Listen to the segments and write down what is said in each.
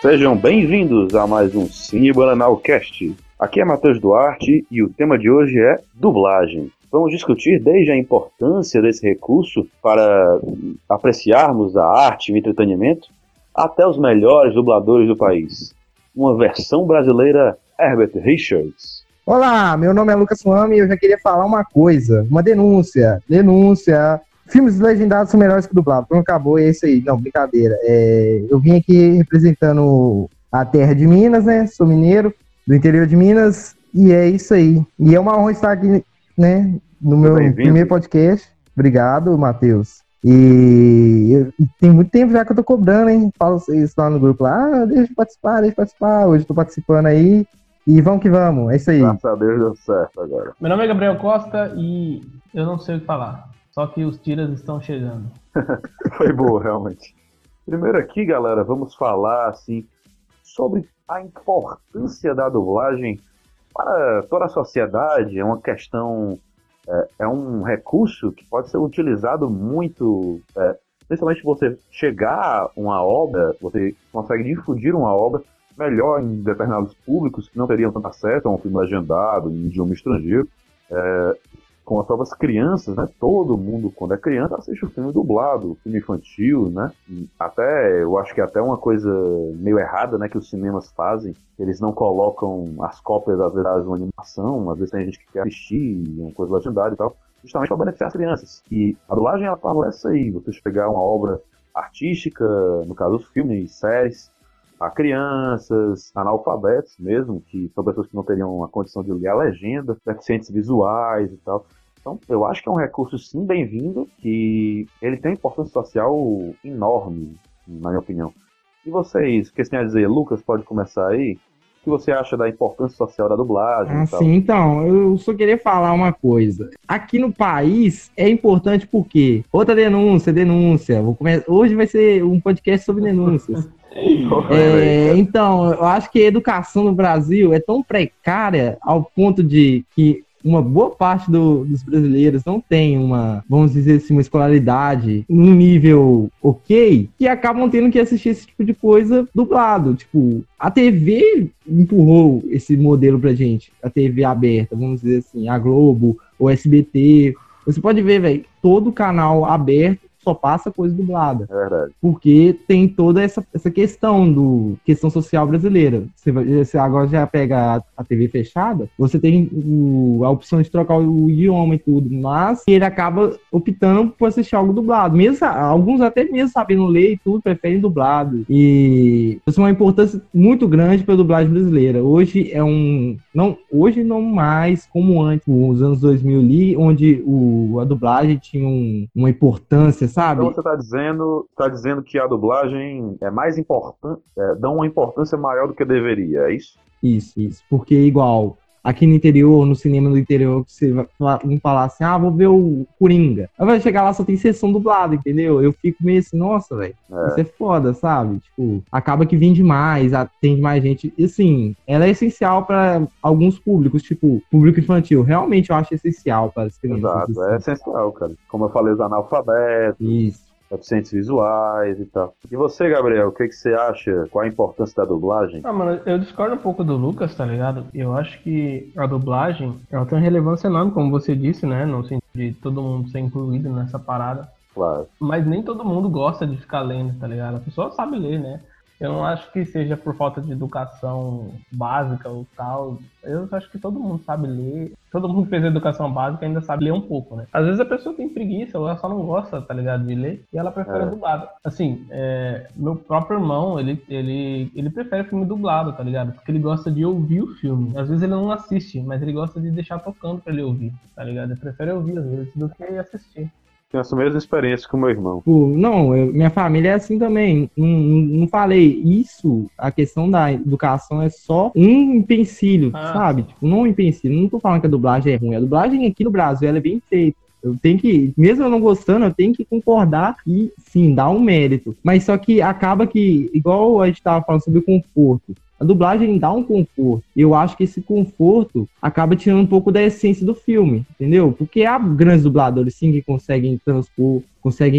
Sejam bem-vindos a mais um Cine Bananal Cast. Aqui é Matheus Duarte e o tema de hoje é dublagem. Vamos discutir desde a importância desse recurso para apreciarmos a arte e o entretenimento, até os melhores dubladores do país. Uma versão brasileira Herbert Richards. Olá, meu nome é Lucas Suami e eu já queria falar uma coisa, uma denúncia. Filmes legendados são melhores que dublados. Então acabou, é isso aí. Não, brincadeira. Eu vim aqui representando a terra de Minas, né? Sou mineiro, do interior de Minas, e é isso aí. E é uma honra estar aqui, né? No meu primeiro podcast. Obrigado, Matheus. E tem muito tempo já que eu tô cobrando, hein? Falo isso lá no grupo lá. Deixa eu participar. Hoje eu tô participando aí. E vamos que vamos, é isso aí. Graças a Deus deu certo agora. Meu nome é Gabriel Costa e eu não sei o que falar. Só que os tiras estão chegando. Foi boa, realmente. Primeiro aqui, galera, vamos falar assim, sobre a importância da dublagem para toda a sociedade. É uma questão, é um recurso que pode ser utilizado muito, principalmente você chegar a uma obra, você consegue difundir uma obra melhor em determinados públicos que não teriam tanto acesso a um filme legendado em idioma estrangeiro. Com as próprias crianças, né? Todo mundo, quando é criança, assiste o filme dublado, o filme infantil, né? Eu acho que é até uma coisa meio errada, né? Que os cinemas fazem. Eles não colocam as cópias, às vezes, de uma animação. Às vezes tem gente que quer assistir uma coisa legendária e tal, justamente para beneficiar as crianças. E a dublagem, ela favorece aí. Você pegar uma obra artística, no caso, os filmes, séries, a crianças, analfabetos mesmo, que são pessoas que não teriam a condição de ler a legenda, deficientes visuais e tal. Então, eu acho que é um recurso, sim, bem-vindo, que ele tem uma importância social enorme, na minha opinião. E vocês, o que você tem a dizer? Lucas, pode começar aí? O que você acha da importância social da dublagem e tal? Sim, então, eu só queria falar uma coisa. Aqui no país é importante porque... Outra denúncia. Hoje vai ser um podcast sobre denúncias. Então, eu acho que a educação no Brasil é tão precária ao ponto de que uma boa parte dos brasileiros não tem vamos dizer assim, uma escolaridade num nível ok, que acabam tendo que assistir esse tipo de coisa dublado. Tipo, a TV empurrou esse modelo pra gente, a TV aberta, vamos dizer assim, a Globo, o SBT. Você pode ver, velho, todo canal aberto só passa coisa dublada. É verdade. Porque tem toda essa questão social brasileira. Você agora já pega a TV fechada, você tem a opção de trocar o idioma e tudo, mas ele acaba optando por assistir algo dublado. Mesmo, alguns até mesmo sabendo ler e tudo, preferem dublado. E isso é uma importância muito grande para a dublagem brasileira. Hoje hoje não mais como antes, nos anos 2000 ali, onde a dublagem tinha uma importância, sabe? Então você está dizendo que a dublagem é mais importante, dá uma importância maior do que deveria, é isso? Isso. Porque igual, aqui no interior, no cinema do interior, você vai falar assim, vou ver o Coringa. Aí vai chegar lá, só tem sessão dublada, entendeu? Eu fico meio assim, nossa, velho, isso é foda, sabe? Tipo, acaba que vende mais, atende mais gente. E assim, ela é essencial para alguns públicos, tipo, público infantil. Realmente eu acho essencial para as crianças. Exato, assim. é essencial, cara. Como eu falei, os analfabetos. Isso. Deficientes visuais e tal. E você, Gabriel, o que você acha? Qual a importância da dublagem? Mano, eu discordo um pouco do Lucas, tá ligado? Eu acho que a dublagem, ela tem uma relevância enorme, como você disse, né? No sentido de todo mundo ser incluído nessa parada. Claro. Mas nem todo mundo gosta de ficar lendo, tá ligado? A pessoa sabe ler, né? Eu não acho que seja por falta de educação básica ou tal. Eu acho que todo mundo sabe ler. Todo mundo que fez educação básica ainda sabe ler um pouco, né? Às vezes a pessoa tem preguiça ou ela só não gosta, tá ligado, de ler. E ela prefere dublado. Assim, meu próprio irmão, ele prefere filme dublado, tá ligado? Porque ele gosta de ouvir o filme. Às vezes ele não assiste, mas ele gosta de deixar tocando pra ele ouvir, tá ligado? Ele prefere ouvir às vezes do que assistir. Tenho essa mesma experiência com meu irmão. Minha família é assim também. Não falei isso, a questão da educação é só um empecilho, sabe? Tipo, não um empecilho. Não tô falando que a dublagem é ruim. A dublagem aqui no Brasil, ela é bem feita. Eu tenho que, mesmo eu não gostando, eu tenho que concordar e, sim, dar um mérito. Mas só que acaba que, igual a gente tava falando sobre o conforto, a dublagem dá um conforto. Eu acho que esse conforto acaba tirando um pouco da essência do filme, entendeu? Porque há grandes dubladores, sim, que conseguem transpor, conseguem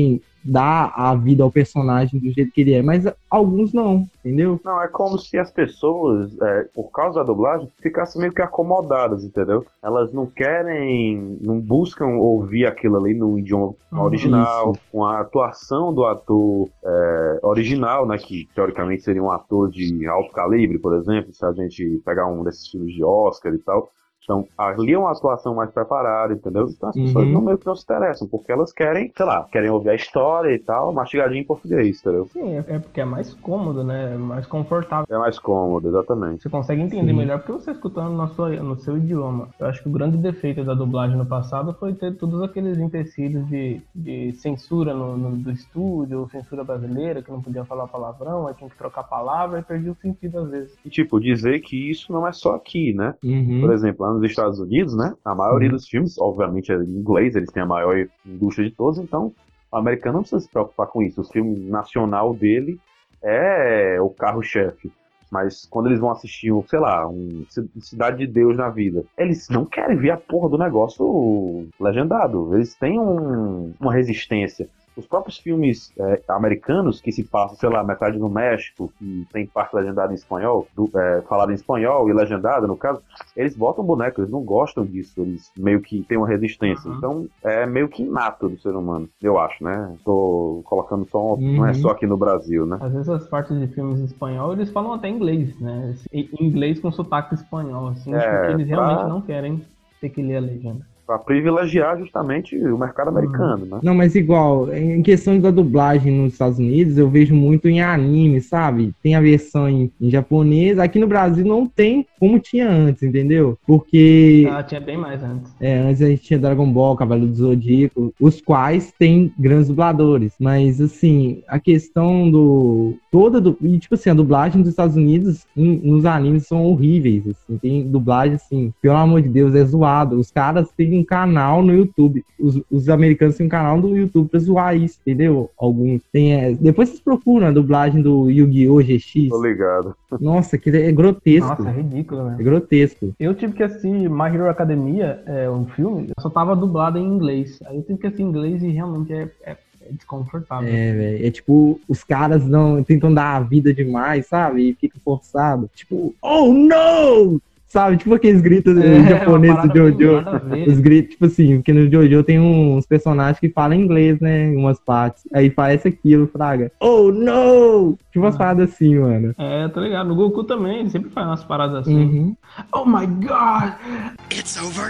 dá a vida ao personagem do jeito que ele é, mas alguns não, entendeu? Não, é como se as pessoas, por causa da dublagem, ficassem meio que acomodadas, entendeu? Elas não querem, não buscam ouvir aquilo ali no idioma original, com a atuação do ator original, né, que teoricamente seria um ator de alto calibre, por exemplo, se a gente pegar um desses filmes de Oscar e tal. Então, ali é uma atuação mais preparada, entendeu? Então as pessoas meio que não se interessam, porque elas querem, sei lá, querem ouvir a história e tal, mastigadinho em português, entendeu? Sim, é porque é mais cômodo, né? É mais confortável. É mais cômodo, exatamente. Você consegue entender melhor porque você escutando no seu idioma. Eu acho que o grande defeito da dublagem no passado foi ter todos aqueles empecilhos de censura do estúdio, censura brasileira, que não podia falar palavrão, aí tinha que trocar palavra e perdia o sentido às vezes. E tipo, dizer que isso não é só aqui, né? Por exemplo, lá nos Estados Unidos, né? A maioria dos filmes, obviamente, é em inglês, eles têm a maior indústria de todos, então o americano não precisa se preocupar com isso. O filme nacional dele é o carro-chefe. Mas quando eles vão assistir, sei lá, Cidade de Deus na Vida, eles não querem ver a porra do negócio legendado. Eles têm uma resistência. Os próprios filmes americanos que se passam, sei lá, metade no México, que tem parte legendada em espanhol, falada em espanhol e legendada, no caso, eles botam boneco, eles não gostam disso, eles meio que têm uma resistência. Então, é meio que inato do ser humano, eu acho, né? Tô colocando só, não é só aqui no Brasil, né? Às vezes as partes de filmes em espanhol, eles falam até inglês, né? Em inglês com sotaque espanhol, assim, porque eles realmente não querem ter que ler a legenda. Pra privilegiar justamente o mercado americano, né? Não, mas igual, em questão da dublagem nos Estados Unidos, eu vejo muito em anime, sabe? Tem a versão em japonês. Aqui no Brasil não tem como tinha antes, entendeu? Porque... tinha bem mais antes. Antes a gente tinha Dragon Ball, Cavaleiro do Zodíaco, os quais têm grandes dubladores. Mas, assim, a questão e, tipo assim, a dublagem dos Estados Unidos nos animes são horríveis, assim. Tem dublagem, assim, pelo amor de Deus, é zoado. Os caras têm um canal no YouTube. Os americanos têm um canal no YouTube pra zoar isso, entendeu? Alguns. Depois vocês procuram a dublagem do Yu-Gi-Oh! GX. Tô ligado. Nossa, que é grotesco. Nossa, é ridículo, né? É grotesco. Eu tive que assistir My Hero Academia, um filme, só tava dublado em inglês. Aí eu tive que assistir em inglês e realmente é desconfortável. Velho. É tipo, os caras tentam dar a vida demais, sabe? E fica forçado. Tipo, oh no! Sabe, tipo aqueles gritos japoneses do Jojo. Os gritos, tipo assim, porque no Jojo tem uns personagens que falam inglês, né? Em umas partes. Aí parece aquilo, fraga. Oh, no! Tipo umas paradas assim, mano. Tá ligado. No Goku também, ele sempre faz umas paradas assim. Oh my god! It's over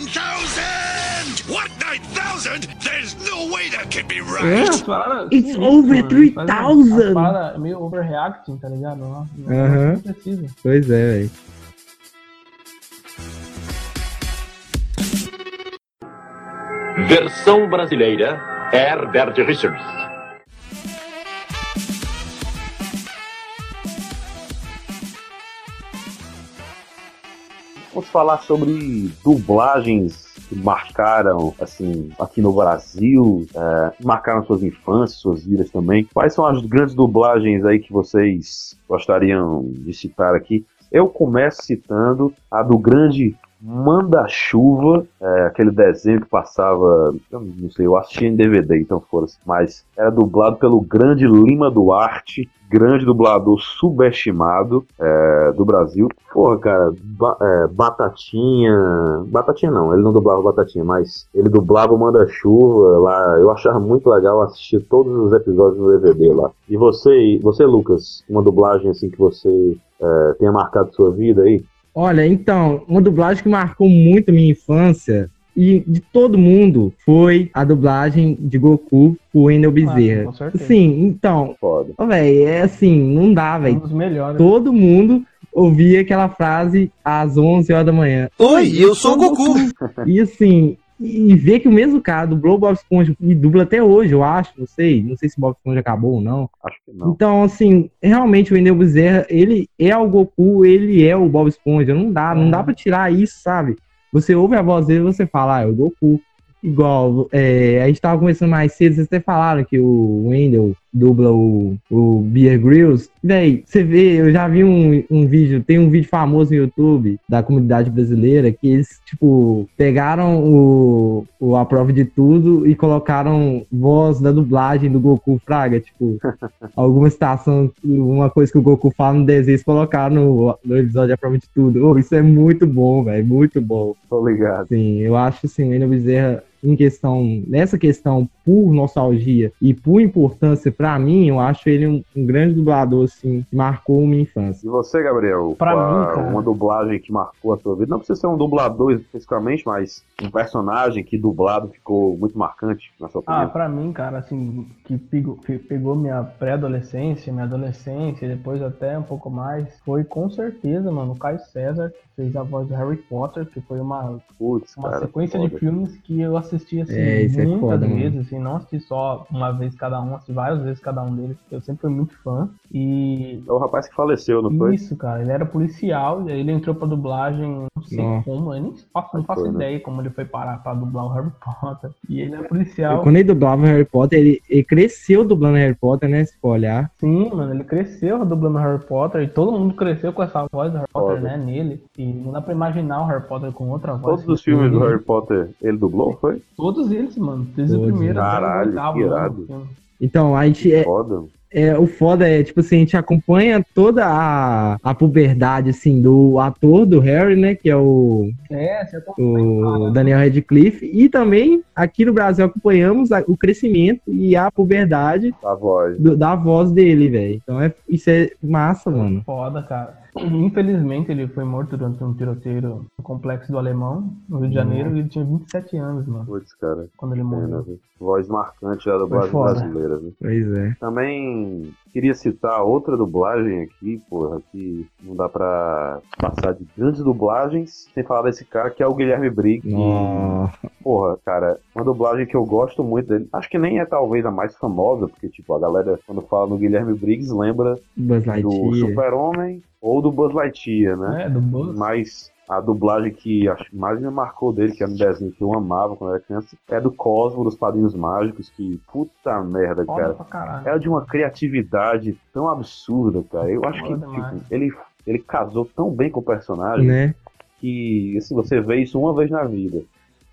9,000! What, 9,000? There's no way that can be right! As paradas... It's over 3,000! As paradas meio overreacting, tá ligado? Não precisa. Pois é, velho. Versão brasileira, Herbert Richards. Vamos falar sobre dublagens que marcaram, assim, aqui no Brasil, marcaram suas infâncias, suas vidas também. Quais são as grandes dublagens aí que vocês gostariam de citar aqui? Eu começo citando a do grande Manda-Chuva, aquele desenho que passava, eu não sei, eu assisti em DVD, então foda-se, mas era dublado pelo grande Lima Duarte, grande dublador subestimado do Brasil. Porra, cara, Batatinha não, ele não dublava Batatinha, mas ele dublava o Manda-Chuva lá, eu achava muito legal assistir todos os episódios no DVD lá. E você Lucas, uma dublagem assim que você tenha marcado sua vida aí? Olha, então, uma dublagem que marcou muito a minha infância e de todo mundo foi a dublagem de Goku por Wendel Bezerra. Com certeza. Sim, então, velho, é assim, não dá, velho. Um dos melhores. Todo mundo ouvia aquela frase às 11 horas da manhã. Oi, eu sou o Goku! E assim, e ver que o mesmo cara dublou o Bob Esponja e dubla até hoje, eu acho, não sei se o Bob Esponja acabou ou não. Acho que não. Então, assim, realmente o Wendel Bezerra, ele é o Goku, ele é o Bob Esponja, não dá pra tirar isso, sabe? Você ouve a voz dele e você fala, é o Goku. Igual, a gente tava conversando mais cedo, vocês até falaram que o Wendel dubla o Bear Grylls. Véi, você vê, eu já vi um vídeo, tem um vídeo famoso no YouTube da comunidade brasileira que eles, tipo, pegaram a prova de tudo e colocaram voz da dublagem do Goku Fraga, tipo, alguma citação, uma coisa que o Goku fala no desenho, eles colocaram no episódio A Prova de Tudo. Oh, isso é muito bom, velho, muito bom. Tô ligado. Sim, eu acho, assim, o Wendel Bezerra, nessa questão por nostalgia e por importância pra mim, eu acho ele um grande dublador, assim, que marcou minha infância. E você, Gabriel? Pra mim, cara, uma dublagem que marcou a sua vida? Não precisa ser um dublador especificamente, mas um personagem que dublado ficou muito marcante na sua opinião. pra mim, cara, assim, que pegou minha pré-adolescência, minha adolescência, e depois até um pouco mais, foi com certeza, mano, o Caio César, que fez a voz do Harry Potter, que foi uma Cara, sequência foda. de filmes que eu assisti, assim, Isso é muitas foda, vezes, mano. assim, não assisti só uma vez cada um, assisti várias vezes cada um deles, porque eu sempre fui muito fã, e... É o rapaz que faleceu, não foi? Isso, cara, ele era policial, e aí ele entrou pra dublagem, não sei Nossa. como, eu nem não faço Foi, né? ideia como ele foi parar pra dublar o Harry Potter, e ele é policial. Quando ele dublava Harry Potter, ele cresceu dublando Harry Potter, né? Se for olhar. Sim, mano, ele cresceu dublando Harry Potter e todo mundo cresceu com essa voz do Harry Potter, Foda. né, nele. E não dá pra imaginar o Harry Potter com outra voz. Todos os filmes do Harry Potter ele dublou, foi? Todos eles, mano, desde o Todos, primeiro até o caralho, oitavo que ano irado. do filme. Então, a gente... Foda. O foda é, tipo assim, a gente acompanha toda a puberdade, assim, do ator do Harry, né? Que é o Você tá Daniel Radcliffe. E também, aqui no Brasil, acompanhamos o crescimento e a puberdade A voz. da voz dele, velho. Então, isso é massa, mano. foda, cara. Infelizmente, ele foi morto durante um tiroteio no Complexo do Alemão, no Rio de Janeiro, e ele tinha 27 anos, mano, Putz, cara. quando ele Pena, morreu. viu? Voz marcante da dublagem foda. brasileira, viu? Pois é. Também queria citar outra dublagem aqui, porra, que não dá pra passar de grandes dublagens sem falar desse cara que é o Guilherme Briggs. que, Nossa. Porra, cara, uma dublagem que eu gosto muito dele. Acho que nem é talvez a mais famosa, porque, tipo, a galera, quando fala no Guilherme Briggs, lembra Buzz do Lightyear. Super-Homem ou do Buzz Lightyear, né? Do Buzz. Mas a dublagem que acho que mais me marcou dele, que era um desenho que eu amava quando eu era criança, é do Cosmo, dos Padrinhos Mágicos, que puta merda, Foda cara. pra caralho. É de uma criatividade tão absurda, cara. Eu acho que Foda demais. tipo, ele casou tão bem com o personagem Né? que assim, você vê isso uma vez na vida.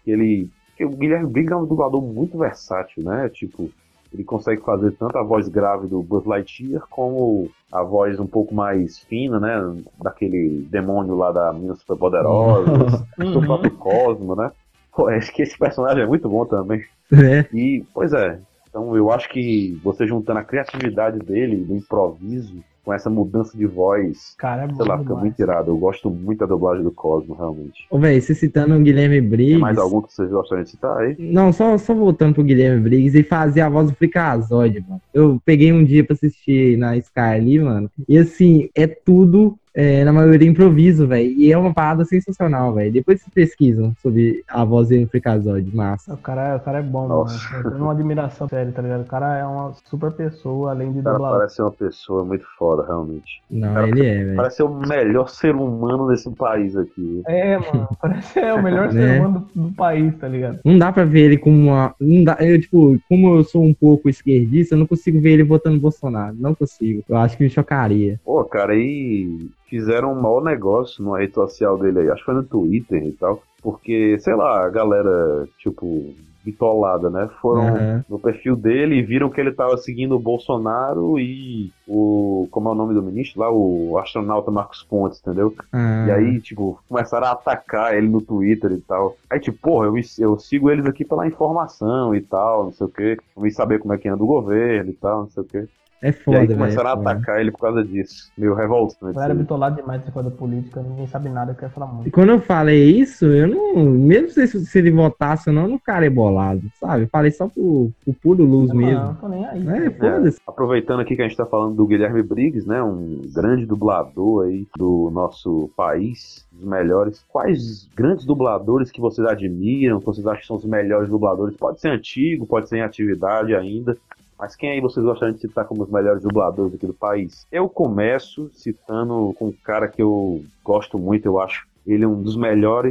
Que o Guilherme Briggs é um dublador muito versátil, né? Tipo, ele consegue fazer tanto a voz grave do Buzz Lightyear como a voz um pouco mais fina, né? Daquele demônio lá da Meninas Superpoderosas, do próprio Cosmo, né? Pô, acho que esse personagem é muito bom também. É. E, pois é, então eu acho que você juntando a criatividade dele, do improviso, com essa mudança de voz, Cara, é bom sei lá, fica demais. muito irado. Eu gosto muito da dublagem do Cosmo, realmente. Ô, velho, você citando o Guilherme Tem Briggs... mais algum que vocês gostariam de citar aí? Não, só voltando pro Guilherme Briggs e fazer a voz do Freakazoid, mano. Eu peguei um dia pra assistir na Sky ali, mano. E assim, é tudo, na maioria, improviso, velho. E é uma parada sensacional, velho. Depois vocês pesquisam sobre a voz dele no Freakazoid, massa. O cara é bom, Nossa. mano. Eu tenho uma admiração séria, tá ligado? O cara é uma super pessoa, além de O cara dublador. parece ser uma pessoa muito foda, realmente. Não, Cara, ele é, velho. Parece ser o melhor ser humano desse país aqui. Mano, parece o melhor ser Né? humano do país, tá ligado? Não dá pra ver ele como uma... Não dá, tipo, como eu sou um pouco esquerdista, eu não consigo ver ele votando no Bolsonaro. Não consigo. Eu acho que me chocaria. Pô, cara, e fizeram um mau negócio numa rede social dele aí, acho que foi no Twitter e tal, porque, sei lá, a galera, tipo, bitolada, né, foram Aham. no perfil dele e viram que ele tava seguindo o Bolsonaro e como é o nome do ministro lá, o astronauta Marcos Pontes, entendeu? Ah, E aí, tipo, começaram a atacar ele no Twitter e tal. Aí, tipo, porra, eu sigo eles aqui pela informação e tal, não sei o quê, pra me saber como é que anda o governo e tal, não sei o quê. é E foda, aí velho. começaram é a foda. atacar ele por causa disso. Meio revoltante. O cara é bitolado demais nessa coisa política, ninguém sabe nada, quer falar E muito. quando eu falei isso, eu não. Mesmo se ele votasse ou não, eu não ficaria bolado, sabe? Eu falei só pro puro luz mesmo. Não, tô nem aí. É, cara. foda-se. Aproveitando aqui que a gente tá falando do Guilherme Briggs, né? Um grande dublador aí do nosso país, dos melhores. Quais grandes dubladores que vocês admiram, que vocês acham que são os melhores dubladores? Pode ser antigo, pode ser em atividade ainda. Mas quem aí vocês gostariam de citar como os melhores dubladores aqui do país? Eu começo citando com um cara que eu gosto muito, eu acho ele um dos melhores,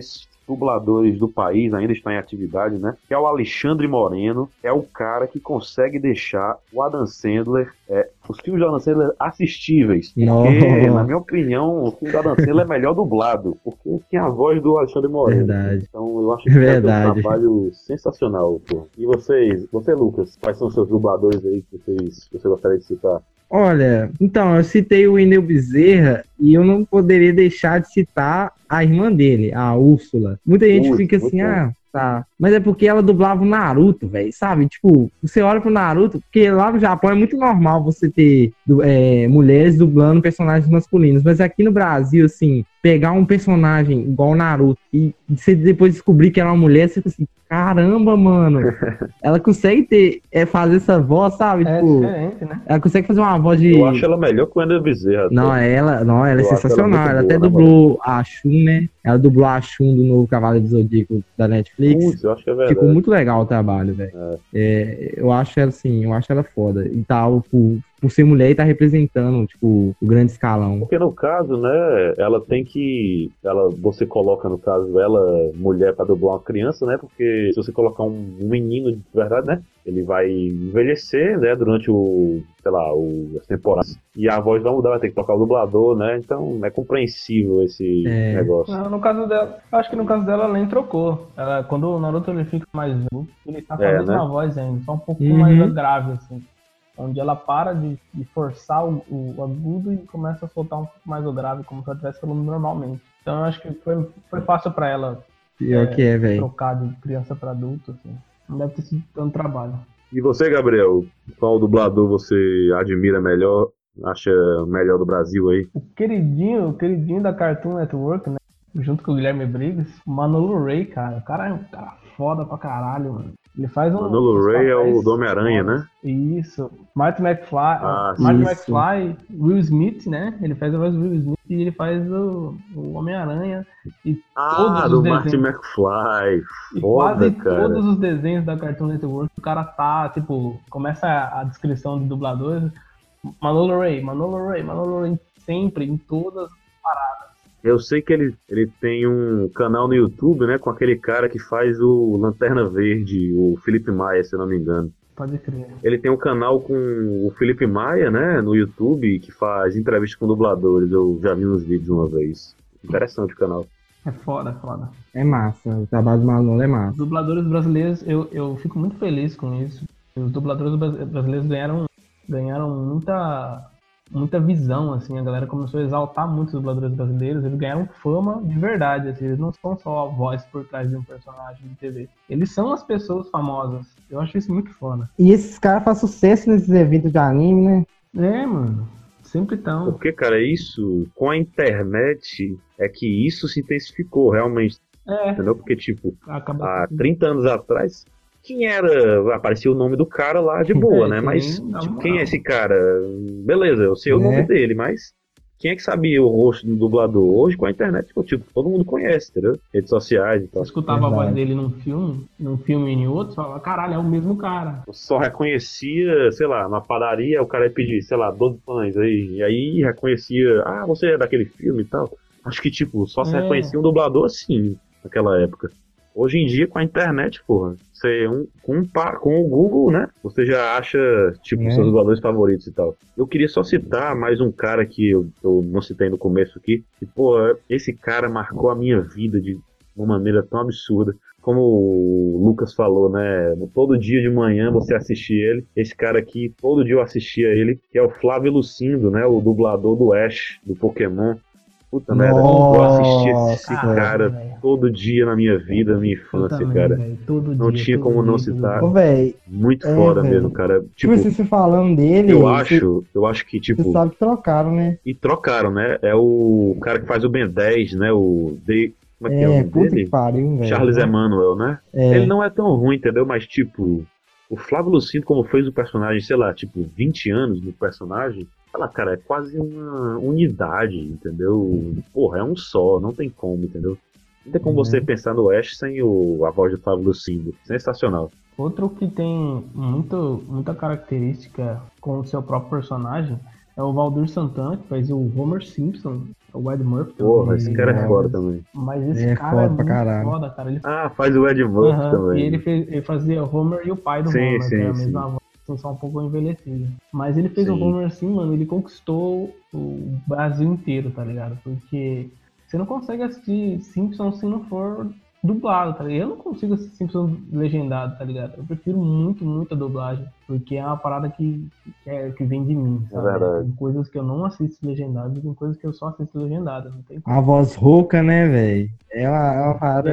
dubladores do país, ainda está em atividade, né? Que é o Alexandre Moreno, é o cara que consegue deixar o Adam Sandler, os filmes do Adam Sandler assistíveis. Porque, na minha opinião, o filme do Adam Sandler é melhor dublado, porque tem a voz do Alexandre Moreno. Verdade. Então eu acho que é um trabalho sensacional, pô. E você, Lucas, quais são os seus dubladores aí que você gostaria de citar? Olha, então, eu citei o Wendel Bezerra e eu não poderia deixar de citar a irmã dele, a Úrsula. Muita gente fica assim, tá. Mas é porque ela dublava o Naruto, velho, sabe? Tipo, você olha pro Naruto, porque lá no Japão é muito normal você ter mulheres dublando personagens masculinos, mas aqui no Brasil, assim, pegar um personagem igual o Naruto e você depois descobrir que ela é uma mulher, você fica assim, caramba, mano, ela consegue fazer essa voz, sabe? Tipo, diferente, né? ela consegue fazer uma voz de... Eu acho ela melhor que o Wendel Bezerra. Ela é sensacional. Ela até dublou a Shun, né? Ela dublou a Shun do novo Cavaleiro do Zodíaco da Netflix. Putz, eu acho que é verdade. Ficou muito legal o trabalho, velho. Eu acho ela assim, eu acho ela foda. E tal, por ser mulher e tá representando, tipo, o grande escalão. Porque no caso, né, ela tem que... você coloca, no caso, ela, mulher, pra dublar uma criança, né? Porque se você colocar um menino de verdade, né? Ele vai envelhecer, né? Durante as temporadas. E a voz vai mudar, vai ter que tocar o dublador, né? Então é compreensível esse negócio. Não, no caso dela, acho que no caso dela ela nem trocou. Quando o Naruto ele fica mais velho, ele tá com a mesma voz ainda, só um pouquinho mais grave, assim. Onde ela para de forçar o agudo e começa a soltar um pouco mais o grave, como se ela estivesse falando normalmente. Então eu acho que foi fácil pra ela trocar de criança pra adulto, assim. Não deve ter sido tanto trabalho. E você, Gabriel, qual dublador você admira melhor, acha melhor do Brasil aí? O queridinho da Cartoon Network, né? Junto com o Guilherme Briggs, Manolo Rey, cara. O cara é um cara foda pra caralho, mano. Ele faz Manolo Rey é o do Homem-Aranha, né? Isso. Marty McFly, Will Smith, né? Ele faz a voz do Will Smith e ele faz o Homem-Aranha. E todos os do desenhos. Marty McFly. E Foda, quase cara. todos os desenhos da Cartoon Network, o cara tá, tipo, começa a descrição de dubladores. Manolo Rey, sempre, em todas as paradas. Eu sei que ele tem um canal no YouTube, né, com aquele cara que faz o Lanterna Verde, o Felipe Maia, se eu não me engano. Pode crer. Ele tem um canal com o Felipe Maia, né, no YouTube, que faz entrevistas com dubladores. Eu já vi uns vídeos uma vez. Interessante o canal. É foda. É massa, o trabalho do Manolo é massa. Os dubladores brasileiros, eu fico muito feliz com isso. Os dubladores brasileiros ganharam muita visão, assim, a galera começou a exaltar muito os dubladores brasileiros, eles ganharam fama de verdade, assim, eles não são só a voz por trás de um personagem de TV, eles são as pessoas famosas, eu acho isso muito foda. E esses caras fazem sucesso nesses eventos de anime, né? Mano, sempre tão. Porque, cara, isso, com a internet, é que isso se intensificou, realmente, entendeu? Porque, tipo, há 30 anos atrás, quem era? Aparecia o nome do cara lá de boa, né? Mas tipo, quem é esse cara? Beleza, eu sei o nome dele, mas quem é que sabia o rosto do dublador? Hoje com a internet, tipo, todo mundo conhece, entendeu? Redes sociais e tal. Você escutava a voz dele num filme e em outro, falava, caralho, é o mesmo cara. Eu só reconhecia, sei lá, na padaria o cara ia pedir, sei lá, 12 pães aí. E aí reconhecia, você é daquele filme e tal. Acho que, tipo, só se reconhecia um dublador assim, naquela época. Hoje em dia, com a internet, porra, você com o Google, né? Você já acha, tipo, seus dubladores favoritos e tal. Eu queria só citar mais um cara que eu não citei no começo aqui. E, porra, esse cara marcou a minha vida de uma maneira tão absurda. Como o Lucas falou, né? Todo dia de manhã você assistia ele. Esse cara aqui, todo dia eu assistia ele, que é o Flávio Lucindo, né? O dublador do Ash, do Pokémon. Puta merda, eu assisti esse cara todo dia na minha vida, na minha infância, também, cara. Véio, não tinha como não citar. Muito foda mesmo, cara. Tipo, você falando dele. Eu acho que, tipo. Você sabe que trocaram, né? E trocaram, né? É o cara que faz o Ben 10, né? Como é que é o nome dele? Que pariu, velho. Charles Emmanuel, né? Ele não é tão ruim, entendeu? Mas, tipo, o Flávio Lucindo, como fez o personagem, sei lá, tipo, 20 anos no personagem. Cara, é quase uma unidade, entendeu? Porra, é um só, não tem como, entendeu? Não tem como você pensar no Ash sem a voz do Flávio Lucindo. Sensacional. Outro que tem muita característica com o seu próprio personagem é o Valdir Santana, que faz o Homer Simpson. O Ed Murphy Porra, também. esse cara é foda também. Mas esse É cara foda é pra muito caralho. foda, cara. Ele... Faz o Ed Murphy Aham, também. E ele fazia o Homer e o pai do Sim, Homer, que era a sim, mesma voz, assim, só um pouco envelhecida. Mas ele fez o Sim. Homer assim, mano, ele conquistou o Brasil inteiro, tá ligado? Porque você não consegue assistir Simpsons se não for dublado, tá ligado? Eu não consigo assistir Simpsons legendado, tá ligado? Eu prefiro muito a dublagem, porque é uma parada que vem de mim, É sabe? verdade. Tem coisas que eu não assisto legendado e tem coisas que eu só assisto legendado, não tem como. A voz rouca, né, velho? É uma parada.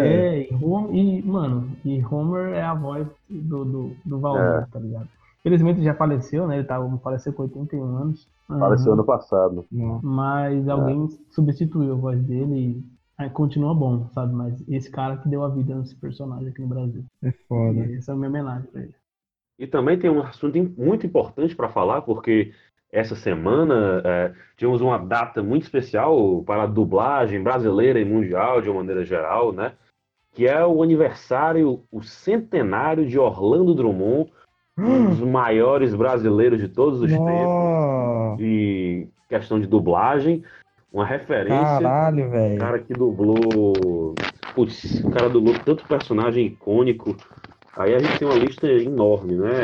E Homer é a voz do Valmir, tá ligado? Felizmente ele já faleceu, né? Faleceu com 81 anos. Faleceu Aham. ano passado. Mas alguém substituiu a voz dele e aí continua bom, sabe? Mas esse cara que deu a vida nesse personagem aqui no Brasil. É foda. E essa é a minha homenagem pra ele. E também tem um assunto muito importante para falar, porque essa semana tivemos uma data muito especial para a dublagem brasileira e mundial, de uma maneira geral, né? Que é o aniversário, o centenário de Orlando Drummond, um dos maiores brasileiros de todos os tempos, Nossa, de questão de dublagem, uma referência. caralho, O velho. cara que dublou. Putz, o cara dublou tanto personagem icônico. Aí a gente tem uma lista enorme, né?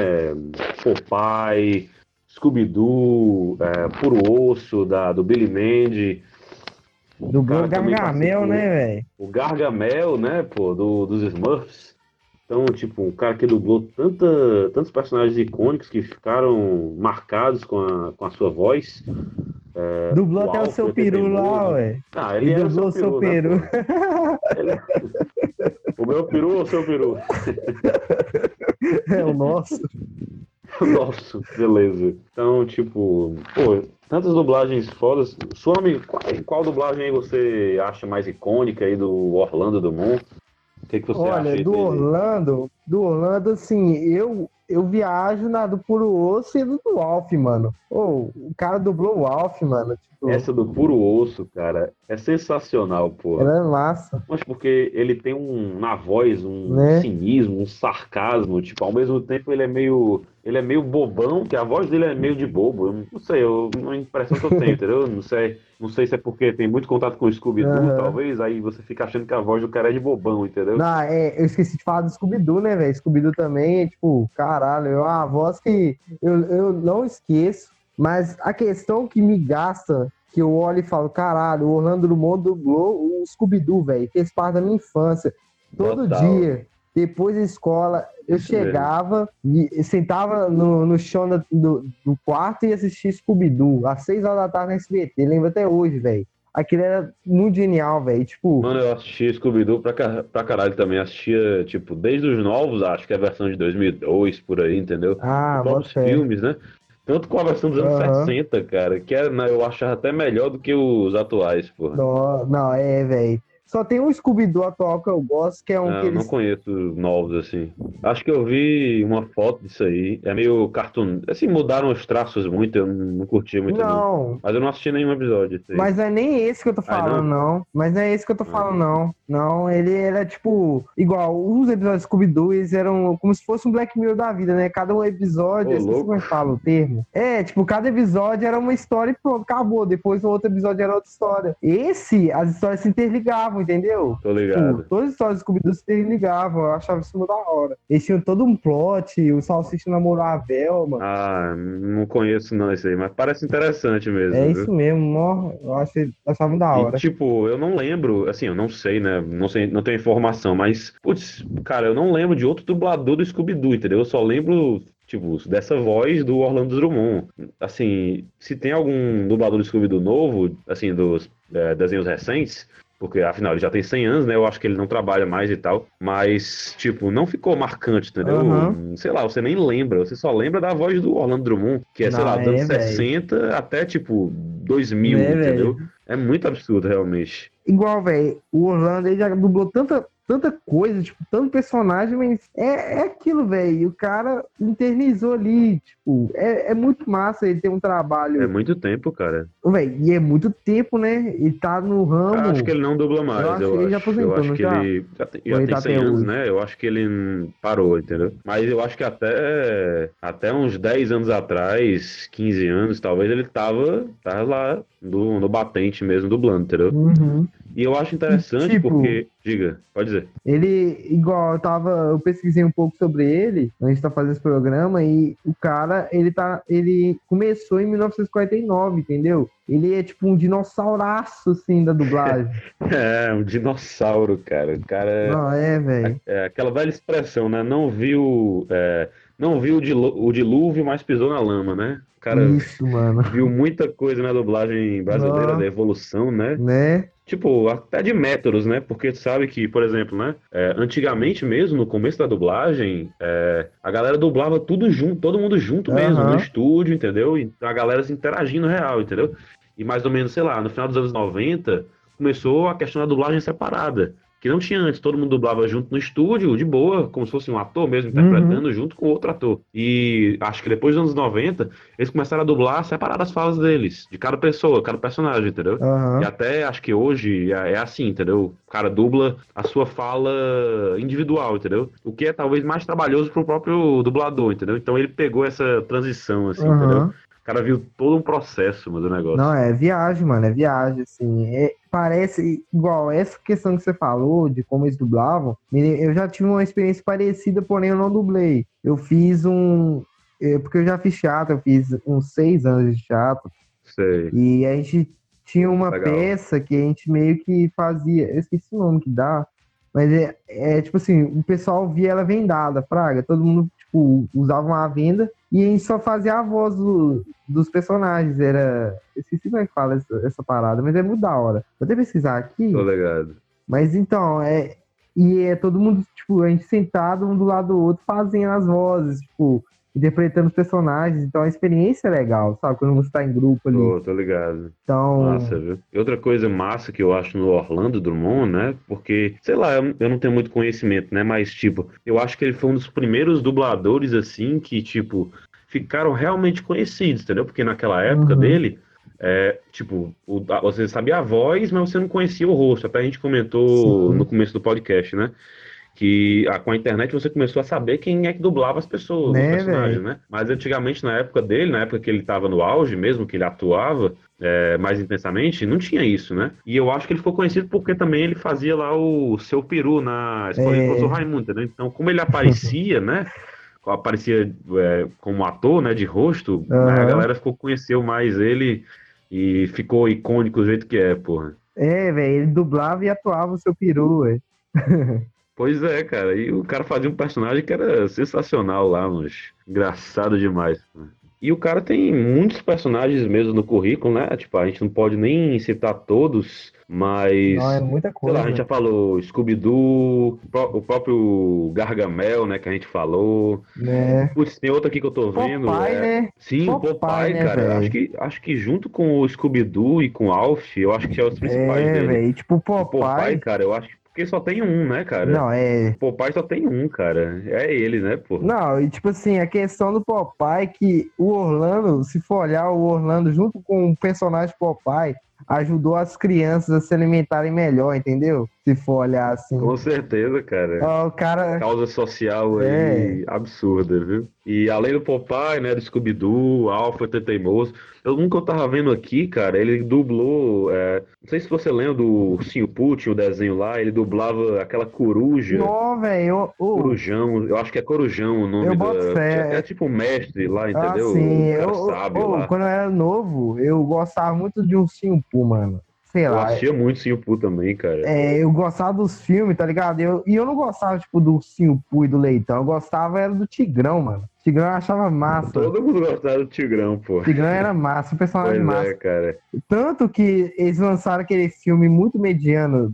Popeye, Scooby-Doo, Puro Osso, do Billy Mandy. Dublou cara também Gargamel, participou. né, velho? O Gargamel, né, pô, dos Smurfs. Então, tipo, um cara que dublou tantos personagens icônicos que ficaram marcados com a sua voz. Dublou o até o Alfred seu peru lá, Teimoso. ué. Ah, ele E era dublou o seu peru. né, pô? O meu peru ou o seu peru? É o nosso. Nossa, beleza. Então, tipo, pô, tantas dublagens fodas. Suami, qual dublagem aí você acha mais icônica aí do Orlando Drummond? O que você acha Olha, aí do Orlando, assim, eu viajo na do Puro Osso e do Alf, mano. O cara dublou o Alf, mano. Tipo, Essa do Puro Osso, cara, é sensacional, pô. ela é massa, Mas porque ele tem na voz um né? cinismo, um sarcasmo, tipo, ao mesmo tempo ele é meio bobão, que a voz dele é meio de bobo. Eu não sei, uma impressão que eu tenho, entendeu? Não sei se é porque tem muito contato com o Scooby-Doo, Aham. talvez, aí você fica achando que a voz do cara é de bobão, entendeu? Não, eu esqueci de falar do Scooby-Doo, né, velho? Scooby-Doo também, tipo, caralho, é uma voz que eu não esqueço, mas a questão que me gasta, que eu olho e falo, caralho, o Orlando Drummond dublou o Scooby-Doo, velho, fez parte da minha infância. Todo Total. dia, depois da escola, eu Isso chegava e sentava no chão do quarto e assistia Scooby-Doo, às 6 horas da tarde na SBT, lembro até hoje, velho. Aquilo era muito genial, velho, tipo... Mano, eu assistia Scooby-Doo pra caralho também. Assistia, tipo, desde os novos, acho que é a versão de 2002, por aí, entendeu? Ah, Os próprios bota fé. filmes, né? Tanto com a versão dos anos Aham. 60, cara, que eu achava até melhor do que os atuais, porra. Não, velho. Só tem um Scooby-Doo atual que eu gosto, que é um Não, que eu não eles... conheço novos, assim. Acho que eu vi uma foto disso aí. É meio cartoon. Assim, mudaram os traços muito, eu não curti muito, não. Não, Mas eu não assisti nenhum episódio disso aí. mas não é nem esse que eu tô Ai, falando, não. Mas não é esse que eu tô falando, não. Não, ele era tipo... Igual, os episódios de Scooby-Doo, eles eram como se fosse um Black Mirror da vida, né? Cada um episódio, Ô, esqueci louco. como é que fala o termo. É, tipo, cada episódio era uma história e pronto, acabou. Depois o outro episódio era outra história. As histórias se interligavam, entendeu? Tô ligado. Tipo, todas as histórias do Scooby-Doo se interligavam, eu achava isso muito da hora. Eles tinham todo um plot, o Salsicha namorou a Velma. Ah, não conheço não esse aí, mas parece interessante mesmo, É viu? isso mesmo, ó, eu achava muito da hora. E, tipo, eu não lembro, assim, eu não sei, né? Não sei, não tenho informação, mas, putz, cara, eu não lembro de outro dublador do Scooby-Doo, entendeu? Eu só lembro, tipo, dessa voz do Orlando Drummond. Assim, se tem algum dublador do Scooby-Doo novo, assim, dos desenhos recentes, porque afinal ele já tem 100 anos, né? Eu acho que ele não trabalha mais e tal, mas, tipo, não ficou marcante, entendeu? Aham. Sei lá, você nem lembra, você só lembra da voz do Orlando Drummond, que é, sei lá, Não, dos anos velho. 60 até, tipo, 2000, Né, entendeu? velho? É muito absurdo, realmente. Igual, velho, o Orlando, ele já dublou tanta tanta coisa, tipo, tanto personagem, mas é aquilo, velho. O cara internizou ali, tipo, é muito massa ele ter um trabalho. É muito tempo, cara. Velho, e é muito tempo, né? Ele tá no ramo. Acho que ele não dubla mais, Eu acho que ele já aposentou, Eu acho não que já? ele já Ou ele tem tá 100 até anos, hoje? né? Eu acho que ele parou, entendeu? Mas eu acho que até uns 10 anos atrás, 15 anos, talvez ele tava lá no batente mesmo, dublando, entendeu? Uhum. E eu acho interessante tipo, porque... Diga, pode dizer. Ele, igual, eu pesquisei um pouco sobre ele, a gente tá fazendo esse programa, e o cara, ele começou em 1949, entendeu? Ele é tipo um dinossauraço, assim, da dublagem. É, um dinossauro, cara. O cara... Não, velho. É aquela velha expressão, né? Não viu o dilúvio, mas pisou na lama, né? O cara Isso, mano. viu muita coisa na dublagem brasileira, da evolução, né? Né? Tipo, até de métodos, né? Porque tu sabe que, por exemplo, né? Antigamente mesmo, no começo da dublagem, a galera dublava tudo junto, todo mundo junto mesmo, no estúdio, entendeu? E a galera se interagindo real, entendeu? E mais ou menos, sei lá, no final dos anos 90, começou a questão da dublagem separada. Que não tinha antes, todo mundo dublava junto no estúdio, de boa, como se fosse um ator mesmo interpretando junto com outro ator. E acho que depois dos anos 90, eles começaram a dublar separado as falas deles, de cada pessoa, cada personagem, entendeu? E até acho que hoje é assim, entendeu? O cara dubla a sua fala individual, entendeu? O que é talvez mais trabalhoso pro próprio dublador, entendeu? Então ele pegou essa transição, assim, entendeu? O cara viu todo um processo, do negócio. Não, é viagem, mano, é viagem, assim. Parece igual essa questão que você falou de como eles dublavam. Eu já tive uma experiência parecida, porém eu não dublei. Eu fiz porque eu já fiz teatro, eu fiz uns 6 anos de teatro. Sei. E a gente tinha uma Legal. peça que a gente meio que fazia. Eu esqueci o nome que dá. Mas tipo assim, o pessoal via ela vendada, fraga. Todo mundo, tipo, usava uma venda e a gente só fazia a voz dos personagens. Eu esqueci como é que fala essa parada, mas é muito da hora. Vou até pesquisar aqui. Tô ligado. Mas então, e é todo mundo, tipo, a gente sentado um do lado do outro, fazendo as vozes, tipo, interpretando os personagens. Então a experiência é legal, sabe? Quando você tá em grupo ali. Tô ligado. Então, Massa, viu? E outra coisa massa que eu acho no Orlando Drummond, né? Porque, sei lá, eu não tenho muito conhecimento, né? Mas, tipo, eu acho que ele foi um dos primeiros dubladores, assim, que, tipo, ficaram realmente conhecidos, entendeu? Porque naquela época dele, tipo, você sabia a voz, mas você não conhecia o rosto. Até a gente comentou no começo do podcast, né? Que com a internet você começou a saber quem é que dublava as pessoas, os personagens, né? Mas antigamente, na época dele, na época que ele estava no auge mesmo, que ele atuava mais intensamente, não tinha isso, né? E eu acho que ele ficou conhecido porque também ele fazia lá o seu peru na escola do professor Raimundo, né? Então, como ele aparecia, né? Aparecia como ator, né? De rosto, né, a galera conheceu mais ele e ficou icônico do jeito que é, porra. velho, ele dublava e atuava o seu peru, velho. Pois é, cara. E o cara fazia um personagem que era sensacional lá, mas engraçado demais. E o cara tem muitos personagens mesmo no currículo, né? Tipo, a gente não pode nem citar todos, mas... Não, é muita Sei coisa. lá, a gente já falou Scooby-Doo, o próprio Gargamel, né, que a gente falou. Né? Putz, tem outro aqui que eu tô vendo. Popeye, né? Sim, o Popeye, né, cara. velho? Acho que junto com o Scooby-Doo e com o Alf, eu acho que são os principais dele. velho, tipo O Popeye, Popeye. cara, eu acho que porque só tem um, né, cara? Não, O Popeye só tem um, cara. É ele, né, pô? Não, e tipo assim, a questão do Popeye é que o Orlando, se for olhar o Orlando junto com o personagem Popeye, ajudou as crianças a se alimentarem melhor, entendeu? Se for olhar assim. Com certeza, cara. Ó, o cara... Causa social aí absurda, viu? E além do Popeye, né, do Scooby-Doo, Alpha, Teimoso, um que eu tava vendo aqui, cara, ele dublou, não sei se você lembra do Ursinho Putin, o desenho lá, ele dublava aquela coruja. Não, velho. Corujão, eu acho que é Corujão o nome Eu boto fé. É tipo um mestre lá, entendeu? Sim. O cara sabe lá. Quando eu era novo, eu gostava muito de Ursinho Poo, mano. Sei Eu lá. assistia muito Ursinho Poo também, cara. Eu gostava dos filmes, tá ligado? E eu não gostava, tipo, do Ursinho Poo e do Leitão. Eu gostava era do Tigrão, mano. Tigrão eu achava massa. Todo mundo gostava do Tigrão, pô. Tigrão era massa, o personagem Pois massa. é, cara. Tanto que eles lançaram aquele filme muito mediano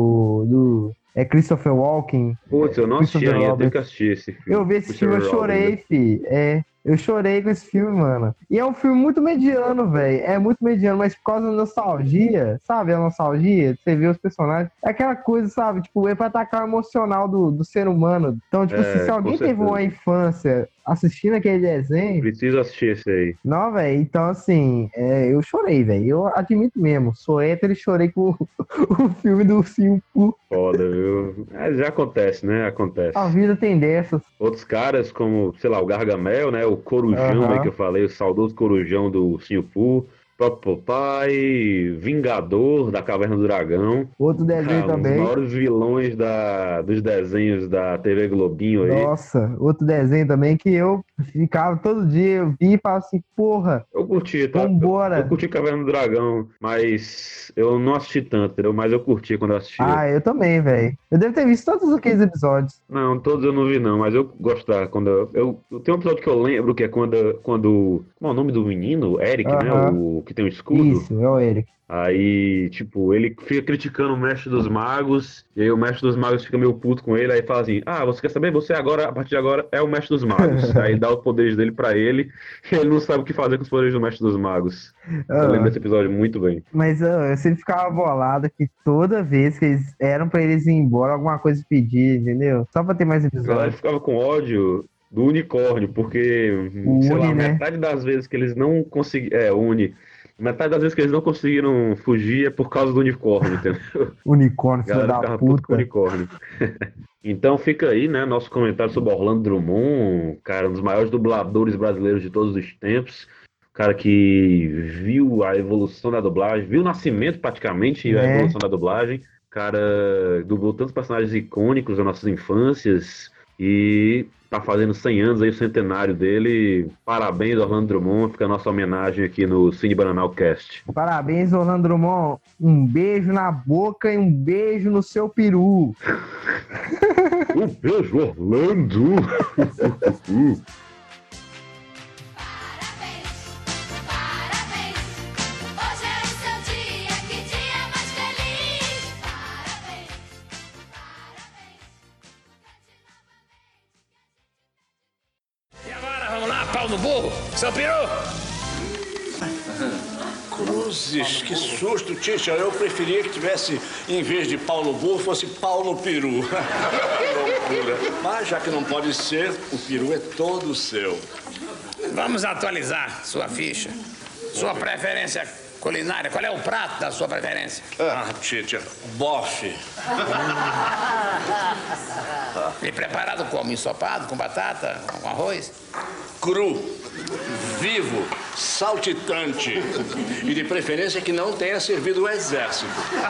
do Christopher Walken. Putz, eu não assisti Christopher ainda, Robert. tenho que assistir esse filme. Eu vi esse filme, eu chorei, fi. Eu chorei com esse filme, mano. E é um filme muito mediano, velho. É muito mediano, mas por causa da nostalgia, sabe? A nostalgia, você vê os personagens. É aquela coisa, sabe? Tipo, é pra atacar o emocional do ser humano. Então, tipo, se com alguém teve certeza. uma infância assistindo aquele desenho. Preciso assistir esse aí. Não, velho. Então, assim, eu chorei, velho. Eu admito mesmo. Sou hétero e chorei com o filme do Ursinho Pooh. Foda, viu? Já acontece, né? Acontece. A vida tem dessas. Outros caras, como, sei lá, o Gargamel, né? O Corujão aí que eu falei, o saudoso Corujão do Ursinho Pooh. Próprio Popeye, Vingador da Caverna do Dragão. Outro desenho também. Os maiores vilões dos desenhos da TV Globinho aí. Nossa, outro desenho também que eu ficava todo dia, eu vi e falava assim, porra, Eu curti, tá? vambora. Eu curti Caverna do Dragão, mas eu não assisti tanto, entendeu? Mas eu curti quando eu assisti. Ah, eu também, velho. Eu devo ter visto todos aqueles episódios. Não, todos eu não vi não, mas eu gostava quando eu tem um episódio que eu lembro que é quando como é o nome do menino? Eric, né? O que tem o escudo. Isso, é o Eric. Aí, tipo, ele fica criticando o Mestre dos Magos, e aí o Mestre dos Magos fica meio puto com ele, aí fala assim, você quer saber? Você agora, a partir de agora, é o Mestre dos Magos. Aí dá os poderes dele pra ele, e ele não sabe o que fazer com os poderes do Mestre dos Magos. Eu lembro desse episódio muito bem. Mas eu sempre ficava bolado que toda vez que eles eram pra eles ir embora, alguma coisa pedir, entendeu? Só pra ter mais A galera episódios. ficava com ódio do unicórnio, porque, sei lá, né? metade das vezes que eles não conseguiram... Metade das vezes que eles não conseguiram fugir é por causa do unicórnio, entendeu? Unicórnio, A filho galera da ficava puto com o puta. unicórnio. Então fica aí, né, nosso comentário sobre Orlando Drummond, cara, um dos maiores dubladores brasileiros de todos os tempos. Cara que viu a evolução da dublagem, viu o nascimento praticamente e a evolução da dublagem. Cara dublou tantos personagens icônicos das nossas infâncias e tá fazendo 100 anos aí, o centenário dele. Parabéns, Orlando Drummond. Fica a nossa homenagem aqui no Cine Bananal Cast. Parabéns, Orlando Drummond. Um beijo na boca e um beijo no seu peru. Um beijo, Orlando! Pau no burro, seu peru! Cruzes, que susto, Tisha. Eu preferia que tivesse, em vez de pau no burro, fosse pau no peru. Loucura. Mas já que não pode ser, o peru é todo seu. Vamos atualizar sua ficha. Sua preferência culinária, qual é o prato da sua preferência? Tisha, bofe. E preparado como? Ensopado, com batata, com arroz? Cru, vivo, saltitante. E de preferência que não tenha servido o exército.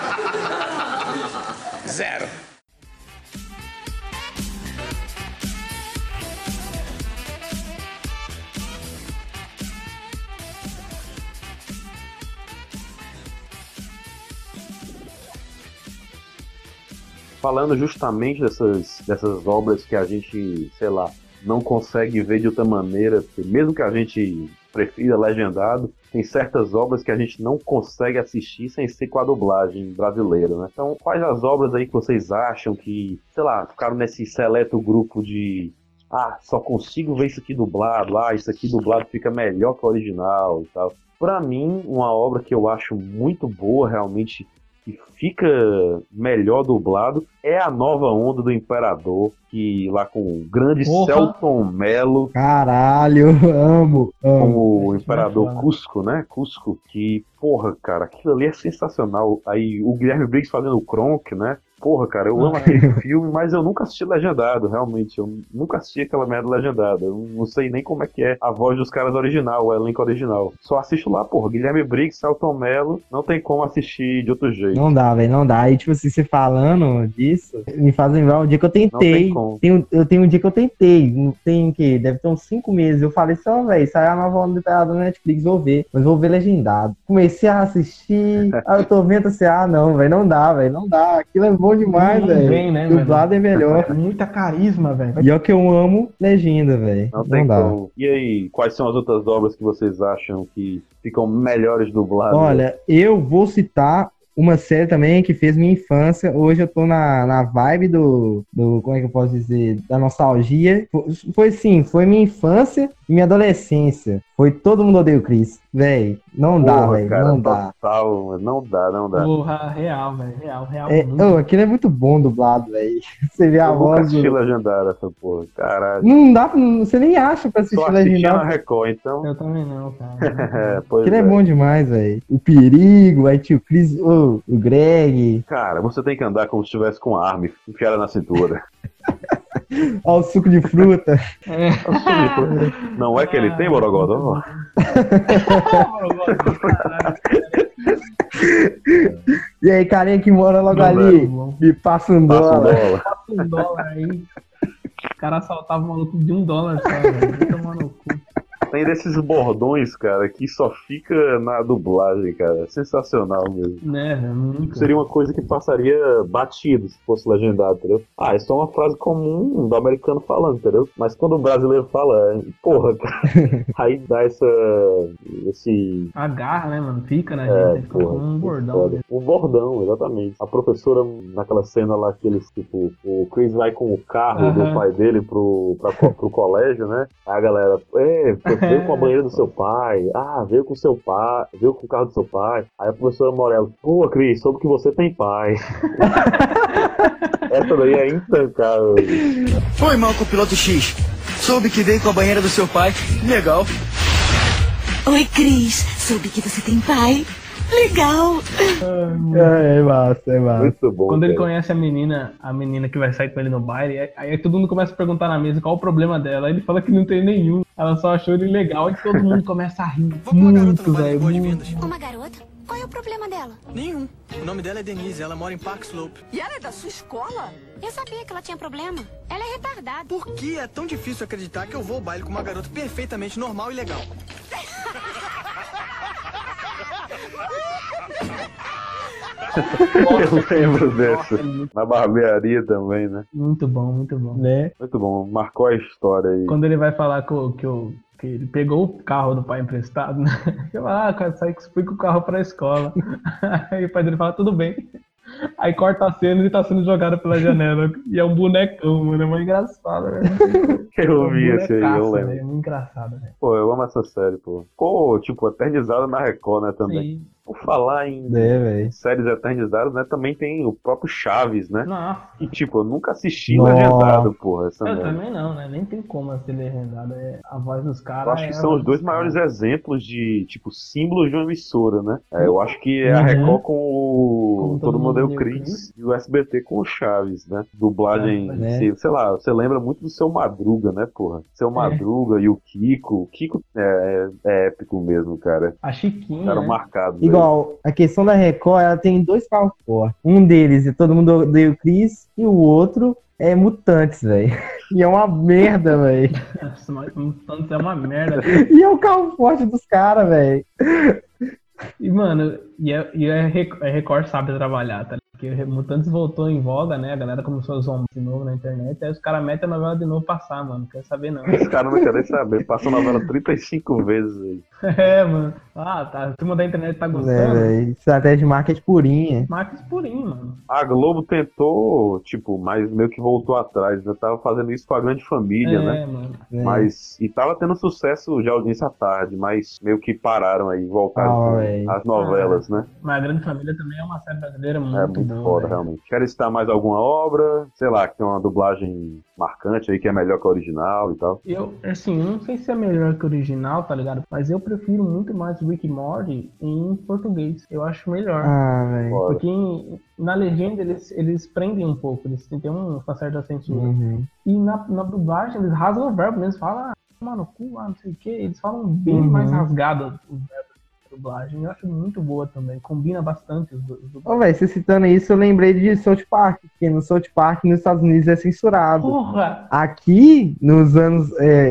0. Falando justamente dessas obras que a gente, sei lá, não consegue ver de outra maneira, porque mesmo que a gente prefira legendado, tem certas obras que a gente não consegue assistir sem ser com a dublagem brasileira, né? Então, quais as obras aí que vocês acham que, sei lá, ficaram nesse seleto grupo de só consigo ver isso aqui dublado, isso aqui dublado fica melhor que o original e tal. Pra mim, uma obra que eu acho muito boa, realmente, que fica melhor dublado, é A Nova Onda do Imperador, que lá com o grande Selton Mello. Caralho, amo. Como o Imperador Cusco, né? Cusco, que, porra, cara, aquilo ali é sensacional. Aí o Guilherme Briggs fazendo o Kronk, né? Porra, cara, eu amo aquele filme, mas eu nunca assisti legendado, realmente. Eu nunca assisti aquela merda legendada. Eu não sei nem como é que é a voz dos caras original, o elenco original. Só assisto lá, porra, Guilherme Briggs, Selton Mello, não tem como assistir de outro jeito. Não dá, velho, não dá. E tipo assim, você falando disso, me faz lembrar um dia que eu tentei. Eu tenho um dia que eu tentei, tem o quê? Deve ter uns 5 meses. Eu falei assim, velho, saiu a Nova Onda do Imperador na Netflix, vou ver. Mas vou ver legendado. Comecei a assistir, aí eu tô vendo assim, não, velho, não dá, velho, não dá. Aquilo é bom demais, velho. Né, dublado é melhor. Muita carisma, velho. E é o que eu amo, legenda, velho. Não dá. Como. E aí, quais são as outras obras que vocês acham que ficam melhores dubladas? Olha, eu vou citar uma série também que fez minha infância. Hoje eu tô na vibe do como é que eu posso dizer? Da nostalgia. Foi sim, foi minha infância e minha adolescência. Foi Todo Mundo Odeia o Chris. Véi, não dá, velho, não dá. Total, não dá. Porra, real, velho, real. Aquilo é muito bom dublado, velho. Você vê a Eu nunca voz. assisti legendado essa porra, caralho. Não dá, você nem acha pra assistir Só assistia legendado. na Record, então. Eu também não, cara. Pois Aquilo é bom demais, velho. O Perigo, aí tinha o Chris, o Greg. Cara, você tem que andar como se estivesse com arma enfiada na cintura. Ó, o suco de fruta. Não é que ele tem, Borogodó? E aí, carinha que mora logo Não, ali, velho, me passa um Passa um dólar. dólar. Passa $1 aí. O cara assaltava o maluco de $1 só, velho. Vai tomar no cu. Tem desses bordões, cara, que só fica na dublagem, cara. Sensacional mesmo. Né, velho? Muito. Seria uma coisa que passaria batido se fosse legendado, entendeu? Ah, isso é uma frase comum do americano falando, entendeu? Mas quando o brasileiro fala, porra, cara, aí dá esse... Agarra, né, mano? Fica na gente. Fica como um bordão. Né? Um bordão, exatamente. A professora, naquela cena lá que eles, tipo, o Chris vai com o carro do pai dele pro colégio, né? Aí a galera, veio com a banheira do seu pai. Ah, veio com o seu pai. Veio com o carro do seu pai. Aí a professora Morello, pô, Cris, soube que você tem pai. Essa daí é intancável. Foi mal com o piloto X. Soube que veio com a banheira do seu pai. Legal. Oi, Cris. Soube que você tem pai. Legal. É massa. Muito bom. Quando ele cara. conhece a menina que vai sair com ele no baile, aí todo mundo começa a perguntar na mesa qual o problema dela. Aí ele fala que não tem nenhum. Ela só achou ele legal e todo mundo começa a rir. Muito, velho. Uma garota? Qual é o problema dela? Nenhum. O nome dela é Denise, ela mora em Park Slope. E ela é da sua escola? Eu sabia que ela tinha problema. Ela é retardada. Por que é tão difícil acreditar que eu vou ao baile com uma garota perfeitamente normal e legal? Eu lembro dessa. Na barbearia também, né? Muito bom. Né? Muito bom. Marcou a história aí. Quando ele vai falar que ele pegou o carro do pai emprestado, né? Ele fala, cara, fui com o carro pra escola. Aí o pai dele fala, tudo bem. Aí corta a cena e ele tá sendo jogado pela janela. E é um bonecão, mano. É muito engraçado, velho. Eu vi esse aí, eu lembro. É muito engraçado, velho. Pô, eu amo essa série, pô. Ficou, tipo, eternizada na Record, né, também. Sim. Por falar em velho. séries eternizadas, né, também tem o próprio Chaves, né? Nossa. E, tipo, eu nunca assisti Nossa. legendado, porra, essa Eu merda. também não, né? Nem tem como ser legendado. A voz dos caras. Eu acho que são os dois maiores exemplos de, tipo, símbolos de uma emissora, né? Eu acho que é a Uhum. Record com o Com Todo Mundo Odeia o Chris e o SBT com o Chaves, né? Dublagem, né? sei lá, você lembra muito do Seu Madruga, né, porra? Seu Madruga e o Kiko. O Kiko é épico mesmo, cara. A Chiquinha, Ficaram né? marcados. Igual, a questão da Record, ela tem dois carros fortes. Um deles é Todo Mundo Odeia o Chris e o outro é Mutantes, velho. E é uma merda, velho. Mutantes é uma merda. E é o carro forte dos caras, velho. E, mano, a Record sabe trabalhar, tá ligado? Porque Mutantes voltou em voga, né? A galera começou a zombar de novo na internet. Aí os caras metem a novela de novo passar, mano. Não quer saber, não. Os caras não querem saber. Passa a novela 35 vezes aí. É, mano. Ah, tá. A turma da internet tá gostando. Velho. Estratégia de marketing purinha. Marcos purinho, mano. A Globo tentou, tipo, mas meio que voltou atrás, né? Tava fazendo isso com a Grande Família, né? Mano. Mas, e tava tendo sucesso de audiência à tarde, mas meio que pararam aí, voltaram as novelas, né? Mas a Grande Família também é uma série brasileira muito boa. Foda, realmente. Querem citar mais alguma obra? Sei lá, que tem uma dublagem marcante aí, que é melhor que a original e tal. Eu não sei se é melhor que o original, tá ligado? Mas eu prefiro muito mais Rick e Morty em português. Eu acho melhor. Ah, velho. Porque na legenda eles prendem um pouco, eles têm uma certa censura. Uhum. E na dublagem eles rasgam o verbo, eles falam, mano, cu, não sei o que. Eles falam bem mais rasgado os verbos. Dublagem, eu acho muito boa também, combina bastante os dois. Ô, velho, você citando isso, eu lembrei de South Park, porque no South Park nos Estados Unidos é censurado. Porra! Aqui, nos anos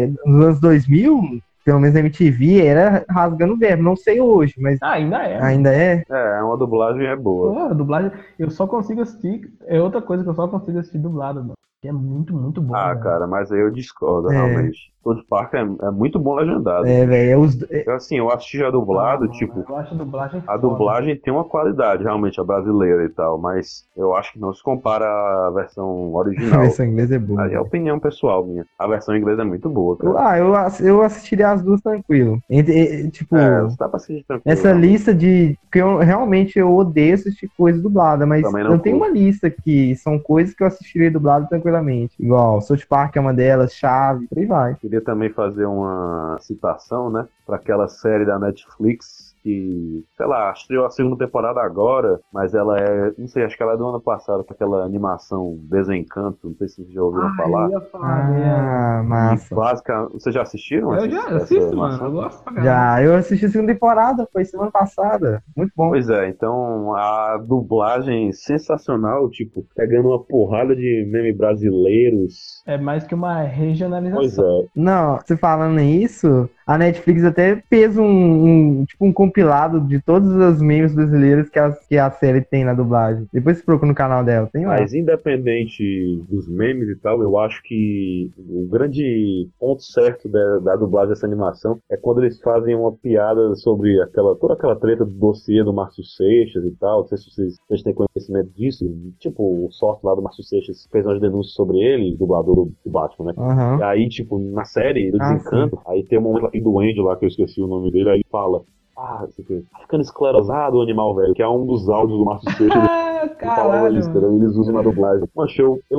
2000, pelo menos na MTV, era rasgando o verbo, não sei hoje, mas ainda é. Ainda é? É, uma dublagem é boa. Pô, a dublagem, eu só consigo assistir, é outra coisa que eu só consigo assistir dublado, mano. que é muito, muito bom. Ah, velho. cara, mas aí eu discordo, realmente. South Park é muito bom legendado. velho. Assim, eu assisti já dublado, Mano, tipo, eu acho a dublagem a foda. dublagem tem uma qualidade, realmente, a brasileira e tal, mas eu acho que não se compara à versão A original. versão inglesa é boa. Aí é velho. opinião pessoal minha. A versão inglesa é muito boa, cara. Eu assistiria as duas tranquilo. Tipo, Você dá pra assistir tranquilo. essa realmente. lista de. Porque realmente eu odeio assistir coisa dublada, mas Também não eu tenho uma curto. lista que são coisas que eu assistiria dublado tranquilamente. Igual South Park é uma delas, Chave, por aí vai. Queria também fazer uma citação, né, para aquela série da Netflix que, sei lá, estreou a segunda temporada agora, mas ela não sei, acho que ela é do ano passado, com aquela animação Desencanto, não sei se vocês já ouviram falar. Eu ia falar dela. Massa. Vocês já assistiram Eu já assisto, mano. Eu gosto pra caramba. Já, eu assisti a segunda temporada, foi semana passada. Muito bom. Pois é, então a dublagem sensacional, tipo, pegando uma porrada de meme brasileiros. É mais que uma Pois regionalização. é. Não, você falando isso, a Netflix até fez tipo um compilado de todos os memes brasileiros que a série tem na dublagem. Depois você procura no canal dela, tem lá. Mas independente dos memes e tal, eu acho que o grande ponto certo da dublagem dessa animação é quando eles fazem uma piada sobre toda aquela treta do dossiê do Márcio Seixas e tal. Não sei se vocês têm conhecimento disso. Tipo, o sorte lá do Márcio Seixas fez umas denúncias sobre ele, dublador do Batman, né? Aham. E aí, tipo, na série do Desencanto, aí tem um momento lá do Andy lá, que eu esqueci o nome dele, aí ele fala: tá ficando esclerosado o animal, velho, que é um dos áudios do Márcio Seixas. Fala isso, entendeu? Eles usam na dublagem. Mas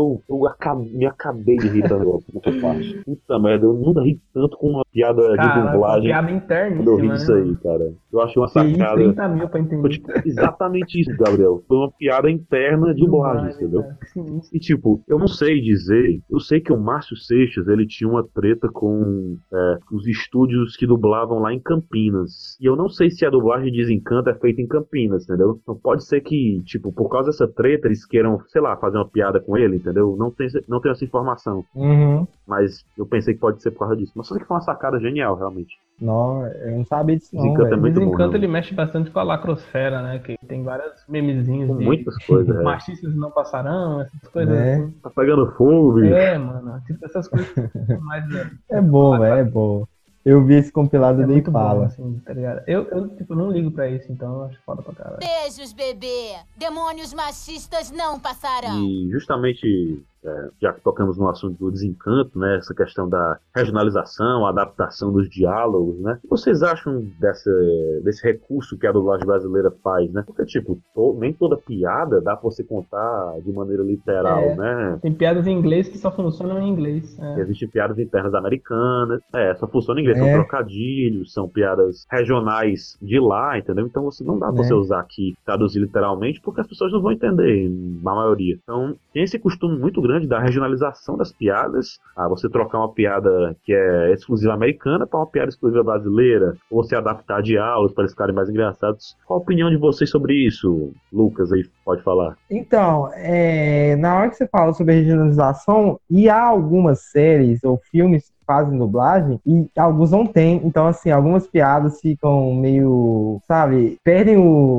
me acabei de rir tanto nessa parte. Puta merda, eu nunca ri tanto com uma piada de dublagem. Piada interna, quando eu ri disso aí, cara. Eu achei uma TI sacada. 30 mil pra entender. Foi, tipo, exatamente isso, Gabriel. Foi uma piada interna de dublagem, entendeu? E tipo, eu não sei dizer. Eu sei que o Márcio Seixas, ele tinha uma treta com os estúdios que dublavam lá em Campinas. E eu não sei se a dublagem de Desencanto é feita em Campinas, entendeu? Então pode ser que, tipo, por causa dessa treta, eles queiram, sei lá, fazer uma piada com ele, entendeu? Não tenho essa informação. Uhum. Mas eu pensei que pode ser por causa disso. Mas só que foi uma sacada genial, realmente. Não, eu não sabia disso não, Desencanto é velho. muito bom. Desencanto, ele realmente. mexe bastante com a lacrosfera, né? Que tem vários memezinhos Com de muitas coisas, machistas não passarão, essas coisas É. assim. Tá pegando fogo, bicho. Mano. Tipo, essas coisas mais... É bom, velho, é bom. Eu vi esse compilado É e dei muito bom, fala. assim, tá ligado? Eu, tipo, não ligo pra isso, então eu acho foda pra caralho. Beijos, bebê. Demônios machistas não passarão. E justamente, já que tocamos no assunto do Desencanto, né, essa questão da regionalização, a adaptação dos diálogos, né, o que vocês acham desse recurso que a dublagem brasileira faz, né? Porque, tipo, nem toda piada dá pra você contar de maneira literal, né? Tem piadas em inglês que só funcionam em inglês. Existem piadas internas americanas, só funciona em inglês, são trocadilhos, são piadas regionais de lá, entendeu? Então não dá pra você usar aqui, traduzir literalmente, porque as pessoas não vão entender, na maioria. Então tem esse costume muito grande da regionalização das piadas, você trocar uma piada que é exclusiva americana para uma piada exclusiva brasileira, ou você adaptar diálogos para eles ficarem mais engraçados. Qual a opinião de vocês sobre isso, Lucas? Aí pode falar. Então, na hora que você fala sobre regionalização, e há algumas séries ou filmes que fazem dublagem e alguns não tem, então assim, algumas piadas ficam meio, sabe, perdem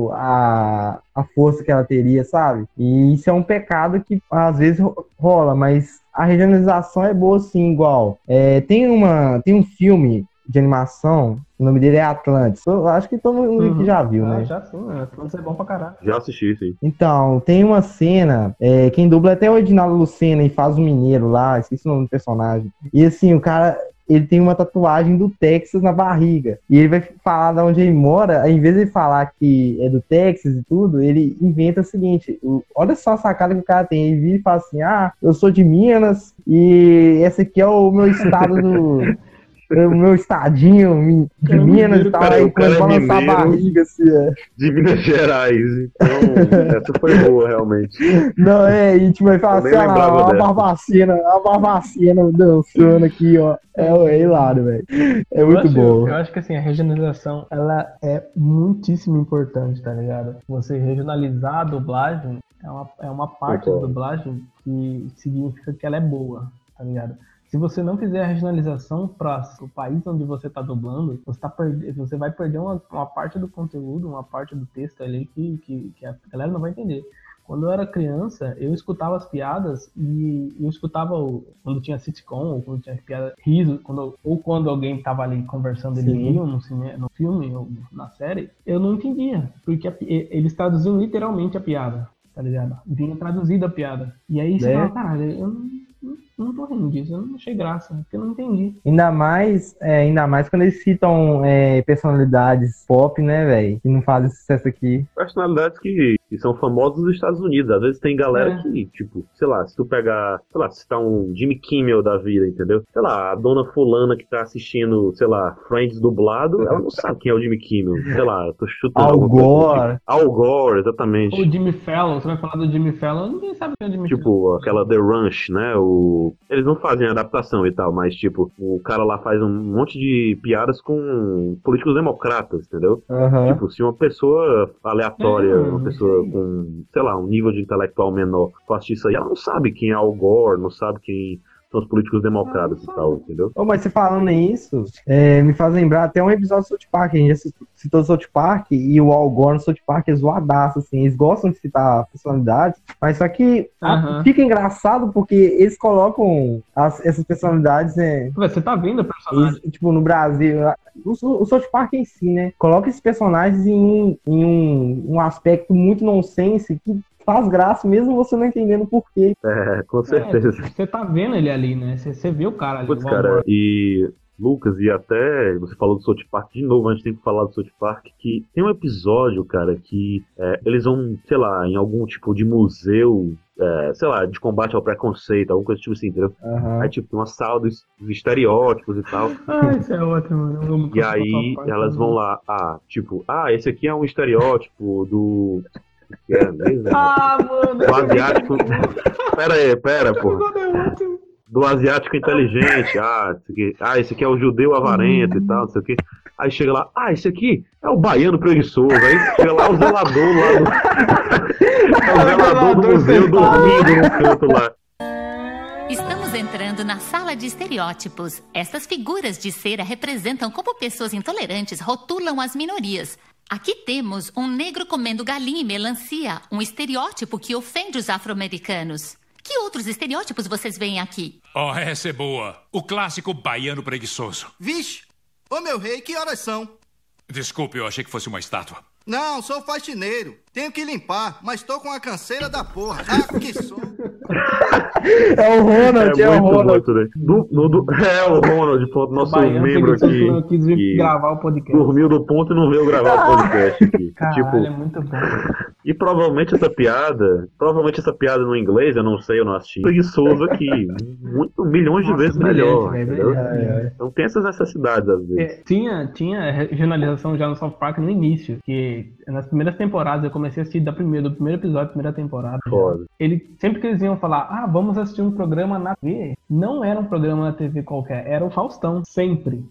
a força que ela teria, sabe? E isso é um pecado que às vezes rola, mas a regionalização é boa sim, igual. Tem um filme de animação, o nome dele é Atlantis. Eu acho que todo mundo aqui já viu, né? Já sim, Atlantis é bom pra caralho. Já assisti, sim. Então, tem uma cena, quem dubla é até o Edinaldo Lucena e faz o mineiro lá, esqueci o nome do personagem. E assim, o cara, ele tem uma tatuagem do Texas na barriga. E ele vai falar de onde ele mora, ao invés de ele falar que é do Texas e tudo, ele inventa o seguinte, olha só a sacada que o cara tem. Ele vira e fala assim, eu sou de Minas e esse aqui é o meu estado o meu estadinho de Minas e tal, aí quando vai lançar a barriga, assim, de Minas Gerais, então essa foi boa, realmente. Não, e tipo, vai falar assim, a Barbacena dançando aqui, ó, é hilário, velho, é muito bom. Eu acho que assim, a regionalização, ela é muitíssimo importante, tá ligado? Você regionalizar a dublagem é uma parte da dublagem que significa que ela é boa, tá ligado? Se você não fizer a regionalização para o país onde você está dublando, você vai perder uma parte do conteúdo, uma parte do texto ali que a galera não vai entender. Quando eu era criança, eu escutava as piadas e eu escutava quando tinha sitcom, ou quando tinha piada, riso, ou quando alguém tava ali conversando, eles riam no filme ou na série, eu não entendia, porque eles traduziam literalmente a piada, tá ligado? Vinha traduzida a piada. E aí você fala, caralho, eu não tô rindo disso, eu não achei graça, porque eu não entendi. Ainda mais quando eles citam personalidades pop, né, velho? Que não fazem sucesso aqui. Personalidades que são famosas nos Estados Unidos. Às vezes tem galera que, tipo, sei lá, se tu pegar, sei lá, se tá um Jimmy Kimmel da vida, entendeu? Sei lá, a dona fulana que tá assistindo, sei lá, Friends dublado, ela não sabe quem é o Jimmy Kimmel. Sei lá, eu tô chutando. Al Gore. Tipo, Al Gore, exatamente. O Jimmy Fallon, você vai falar do Jimmy Fallon, ninguém sabe quem é o Jimmy Fallon. Tipo, aquela The Ranch, né? Eles não fazem adaptação e tal, mas, tipo, o cara lá faz um monte de piadas com políticos democratas, entendeu? Tipo, se uma pessoa aleatória, uma pessoa com, sei lá, um nível de intelectual menor for assistir isso aí, ela não sabe quem é Al Gore, não sabe quem são os políticos democratas e tal, entendeu? Mas você falando isso, me faz lembrar até um episódio do South Park. A gente já citou o South Park e o Al Gore no South Park é zoadaço, assim. Eles gostam de citar personalidades, mas só que fica engraçado porque eles colocam essas personalidades, né? Você tá vendo o personagem? Tipo, no Brasil, o South Park em si, né? Coloca esses personagens em um aspecto muito nonsense que faz graça, mesmo você não entendendo o porquê. Com certeza. Você tá vendo ele ali, né? Você vê o cara ali. Putz, cara, e Lucas, e até você falou do South Park de novo, a gente tem que falar do South Park, que tem um episódio, cara, que eles vão, sei lá, em algum tipo de museu, sei lá, de combate ao preconceito, alguma coisa tipo assim, entendeu? Aí, tipo, uma sala dos estereótipos e tal. Isso é ótimo, mano. E aí, elas vão lá, esse aqui é um estereótipo do... mano! Do asiático... Pera, pô. Do asiático inteligente, esse aqui é o judeu avarento e tal, não sei o que. Aí chega lá, esse aqui é o baiano preguiçoso. Aí chega lá o zelador o zelador do museu dormindo no canto lá. Estamos entrando na sala de estereótipos. Essas figuras de cera representam como pessoas intolerantes rotulam as minorias. Aqui temos um negro comendo galinha e melancia, um estereótipo que ofende os afro-americanos. Que outros estereótipos vocês veem aqui? Essa é boa. O clássico baiano preguiçoso. Vixe! Ô meu rei, que horas são? Desculpe, eu achei que fosse uma estátua. Não, sou faxineiro. Tenho que limpar, mas tô com a canseira da porra. Que sono. É o Ronald, é o Ronald. O Ronald, nosso membro aqui. Não quis vir gravar o podcast. Dormiu do ponto e não veio gravar o podcast aqui. Caralho, é muito bom. E provavelmente essa piada no inglês, eu não sei, eu não assisti. Preguiçoso aqui, milhões de vezes melhor. Então tem essas necessidades às vezes. Tinha regionalização já no South Park no início, que nas primeiras temporadas, eu comecei a assistir do primeiro episódio da primeira temporada. Sempre que eles iam falar, vamos assistir um programa na TV, não era um programa na TV qualquer, era o Faustão, sempre.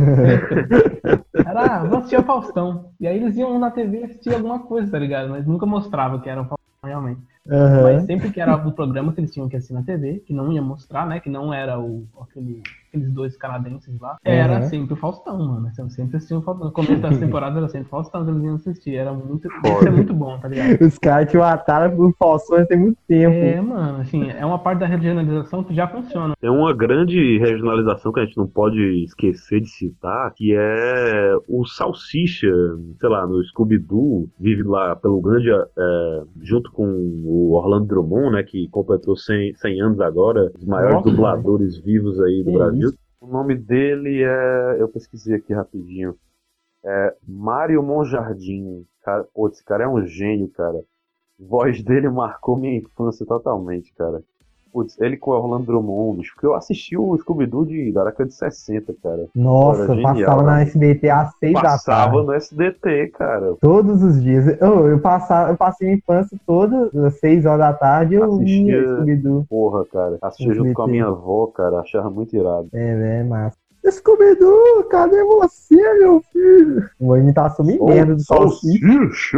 Era, vamos assistir o Faustão. E aí eles iam na TV assistir alguma coisa, tá ligado? Mas nunca mostrava que era o Faustão realmente. Mas sempre que era algum programa que eles tinham que assistir na TV, que não ia mostrar, né? Que não era aqueles dois canadenses lá, era sempre o Faustão, mano. Eles sempre assistiam o Faustão. No começo das temporadas era sempre o Faustão que eles iam assistir. Era muito. Isso é muito bom, tá ligado? Os caras tinham ataram pro Faustão tem muito tempo. Mano, assim, é uma parte da regionalização que já funciona. Tem uma grande regionalização que a gente não pode esquecer de citar, que é o Salsicha, sei lá, no Scooby-Doo, vive lá pelo grande, junto com o Orlando Drummond, né, que completou 100 anos agora, os maiores dubladores vivos aí do Brasil. O nome dele eu pesquisei aqui rapidinho, Mário Monjardim. Cara, esse cara é um gênio, cara. A voz dele marcou minha infância totalmente, cara. Putz, ele com o Orlando Drummond, porque eu assisti o Scooby-Doo da década de 60, cara. Nossa, genial, passava na SBT às 6 da tarde. Passava no SBT, cara. Todos os dias. Eu passei a infância toda, às 6 horas da tarde, eu via Scooby-Doo. Porra, cara. Assistia junto com a minha avó, cara. Achava muito irado. Massa. Scooby-Doo, cadê você, meu filho? Uma imitação bem merda do Salsicha.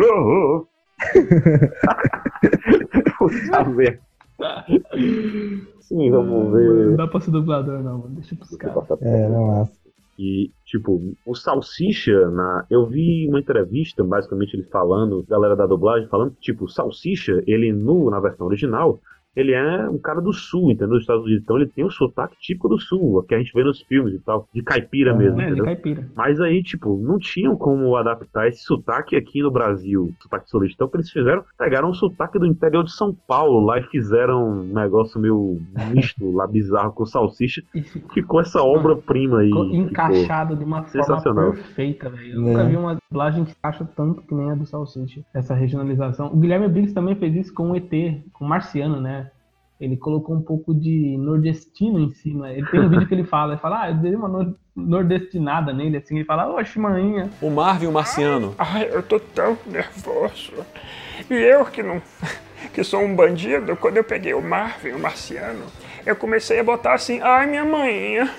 Puta merda. Sim, vamos ver. Não dá pra ser dublador, não, mano. Deixa pros caras. Não acho. E, tipo, o Salsicha, eu vi uma entrevista, basicamente ele falando, galera da dublagem falando que, tipo, o Salsicha, ele na versão original, ele é um cara do sul, entendeu? Dos Estados Unidos. Então ele tem o sotaque típico do sul, que a gente vê nos filmes e tal, de caipira mesmo, entendeu? De caipira. Mas aí, tipo, não tinham como adaptar esse sotaque aqui no Brasil, sotaque sulista. Então o que eles fizeram? Pegaram um sotaque do interior de São Paulo lá e fizeram um negócio meio misto lá, bizarro, com salsicha. Ficou essa obra-prima aí. Ficou encaixado de uma forma perfeita, velho. Eu nunca vi uma dublagem que encaixa tanto que nem a do Salsicha. Essa regionalização. O Guilherme Briggs também fez isso com o ET, com o Marciano, né? Ele colocou um pouco de nordestino em cima. Ele tem um vídeo que ele fala, eu dei uma nordestinada nele, assim, ele fala, oxe, maninha. O Marvin e o Marciano. Ai, eu tô tão nervoso. E eu que sou um bandido, quando eu peguei o Marvin, o Marciano, eu comecei a botar assim, ai, minha maninha.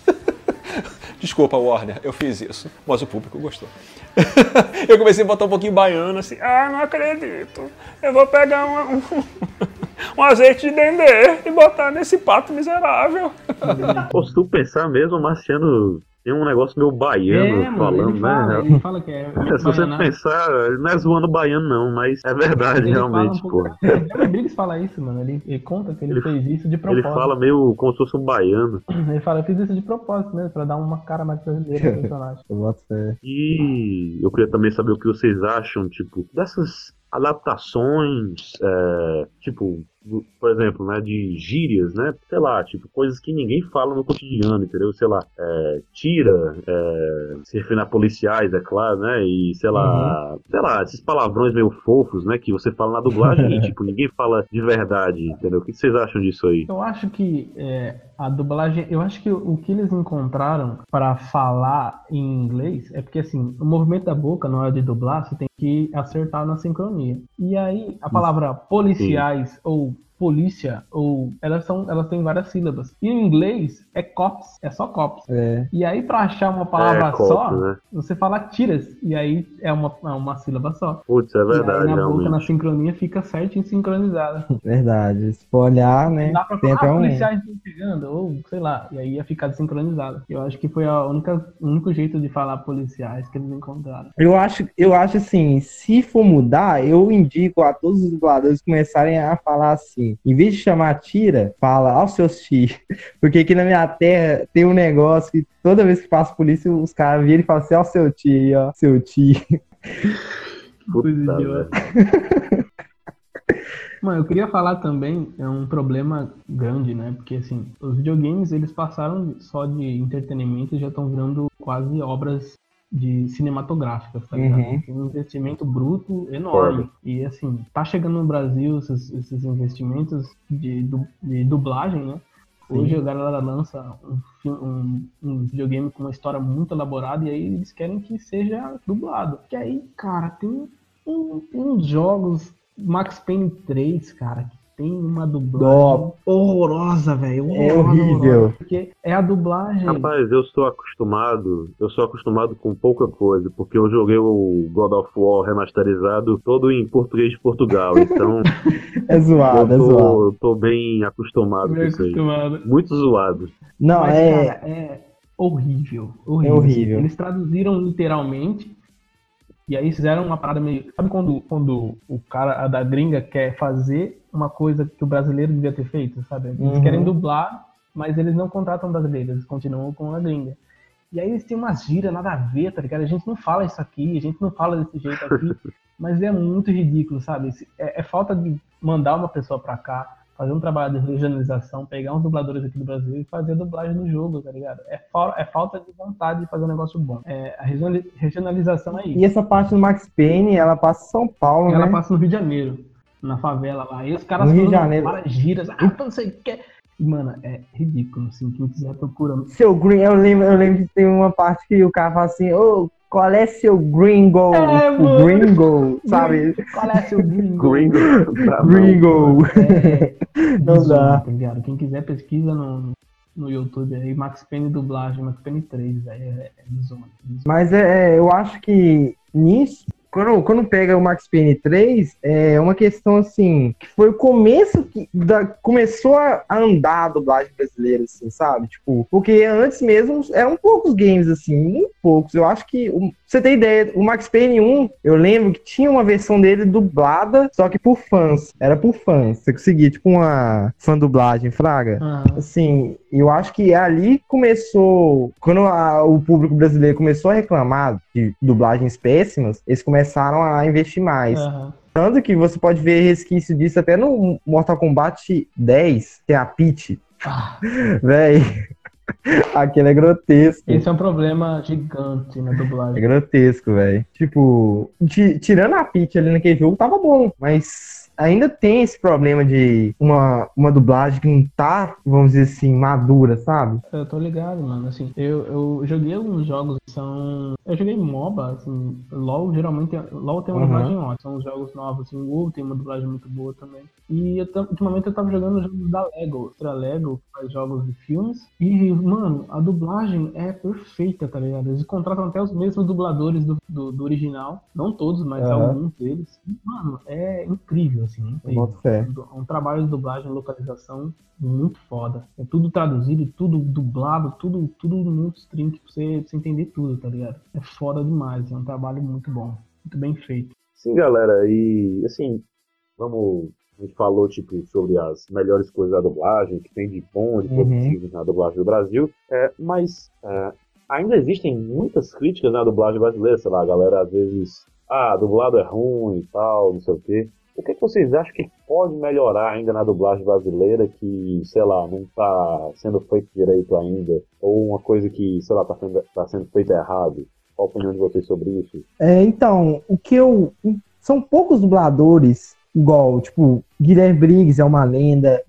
Desculpa, Warner, eu fiz isso, mas o público gostou. Eu comecei a botar um pouquinho baiano, assim, não acredito. Eu vou pegar um azeite de dendê e botar nesse pato miserável. Pô, se tu pensar mesmo, o Marciano tem um negócio meio baiano falando, né? Ele fala que é se você pensar, ele não é zoando baiano não, mas é verdade, ele realmente, pô. O Briggs fala isso, mano, ele conta que ele fez isso de propósito. Ele fala meio como se fosse um baiano. Ele fala, eu fiz isso de propósito mesmo, pra dar uma cara mais brasileira pro personagem. E eu queria também saber o que vocês acham, tipo, dessas adaptações, tipo, por exemplo, né, de gírias, né, sei lá, tipo, coisas que ninguém fala no cotidiano, entendeu? Sei lá, tira, se referir a policiais, é claro, né, e sei lá, esses palavrões meio fofos, né, que você fala na dublagem e, tipo, ninguém fala de verdade, entendeu? O que vocês acham disso aí? Eu acho que a dublagem, eu acho que o que eles encontraram para falar em inglês é porque, assim, o movimento da boca na hora de dublar, você tem que acertar na sincronia. E aí, a palavra policiais ou polícia, ou elas têm várias sílabas. E em inglês é cops, é só cops. E aí, pra achar uma palavra só, né? Você fala tiras, e aí é uma sílaba só. Putz, é verdade. E aí, na boca, realmente. na sincronia, fica certinho sincronizada. Verdade. Se for olhar, né? Dá pra falar, policiais estão chegando, ou sei lá, e aí ia ficar desincronizado. Eu acho que foi o único jeito de falar policiais que eles encontraram. Eu acho assim, se for mudar, eu indico a todos os dubladores começarem a falar assim. Em vez de chamar tira, fala aos seus tios. Porque aqui na minha terra tem um negócio que toda vez que passa polícia, os caras viram e falam assim, ó, seu tio, ó, seu tio. Coisa idiota. Mano, eu queria falar também, é um problema grande, né? Porque, assim, os videogames, eles passaram só de entretenimento e já estão virando quase obras cinematográficas, tá ligado? Tem um investimento bruto enorme. E, assim, tá chegando no Brasil esses investimentos de dublagem, né? Hoje a galera lança um videogame com uma história muito elaborada e aí eles querem que seja dublado. Que aí, cara, tem uns jogos, Max Payne 3, cara, que tem uma dublagem horrorosa, velho. É horrível. Porque é a dublagem. Rapaz, eu sou acostumado com pouca coisa, porque eu joguei o God of War remasterizado todo em português de Portugal, então é zoado, eu tô bem acostumado com isso aí. Muito zoado. Não, mas, cara, é horrível. É horrível. Eles traduziram literalmente. E aí fizeram uma parada meio... Sabe quando o cara da gringa quer fazer uma coisa que o brasileiro devia ter feito, sabe? Eles querem dublar, mas eles não contratam brasileiros, eles continuam com a gringa. E aí eles têm umas gírias nada a ver, tá ligado? A gente não fala isso aqui, a gente não fala desse jeito aqui, mas é muito ridículo, sabe? É falta de mandar uma pessoa pra cá, fazer um trabalho de regionalização, pegar uns dubladores aqui do Brasil e fazer a dublagem no jogo, tá ligado? É falta de vontade de fazer um negócio bom. A regionalização é isso. E essa parte do Max Payne, ela passa em São Paulo, ela né? passa no Rio de Janeiro, na favela lá. E os caras no Rio de Janeiro. Várias gírias, não sei o que. Mano, é ridículo, assim, quem quiser procurando. Seu Green, eu lembro que tem uma parte que o cara fala assim, qual é seu gringo? O gringo, sabe? Qual é seu gringo? Gringo. Não dá. Tá ligado? Quem quiser pesquisa no YouTube aí, Max Payne dublagem, Max Payne 3, aí é zona. Mas eu acho que nisso, quando pega o Max Payne 3, é uma questão assim, que foi o começo começou a andar a dublagem brasileira, assim, sabe? Tipo, porque antes mesmo eram poucos games, assim, muito poucos. Eu acho que, pra você ter ideia, o Max Payne 1, eu lembro que tinha uma versão dele dublada, só que por fãs. Era por fãs. Você conseguia, tipo, uma fã dublagem, fraga. Assim, eu acho que ali começou, quando o público brasileiro começou a reclamar de dublagens péssimas, eles começaram a investir mais. Tanto que você pode ver resquício disso até no Mortal Kombat 10, que é a Peach. Véi, aquele é grotesco. Esse é um problema gigante na dublagem. É grotesco, velho. Tipo, tirando a Peach ali naquele jogo, tava bom, mas ainda tem esse problema de uma dublagem que não tá, vamos dizer assim, madura, sabe? Eu tô ligado, mano. Assim, eu joguei alguns jogos que são... Eu joguei MOBA, assim, LoL geralmente... LoL tem uma dublagem ótima, são os jogos novos, assim, o WoW tem uma dublagem muito boa também. E ultimamente eu tava jogando jogos da Lego, Ultra Lego, que faz jogos de filmes. E, mano, a dublagem é perfeita, tá ligado? Eles contratam até os mesmos dubladores do original. Não todos, mas alguns deles. E, mano, é incrível, assim, incrível. É um trabalho de dublagem e localização muito foda. É tudo traduzido, tudo dublado, tudo muito stream pra você entender tudo, tá ligado? É foda demais, é um trabalho muito bom, muito bem feito. Sim, galera, e assim, a gente falou, tipo, sobre as melhores coisas da dublagem, que tem de bom, de positivo na dublagem do Brasil, mas ainda existem muitas críticas na dublagem brasileira, sei lá, a galera às vezes, dublado é ruim e tal, não sei o quê. O que vocês acham que pode melhorar ainda na dublagem brasileira que, sei lá, não tá sendo feito direito ainda? Ou uma coisa que, sei lá, tá sendo feita errado? Qual a opinião de vocês sobre isso? Então, são poucos dubladores, igual, tipo, Guilherme Briggs é uma lenda,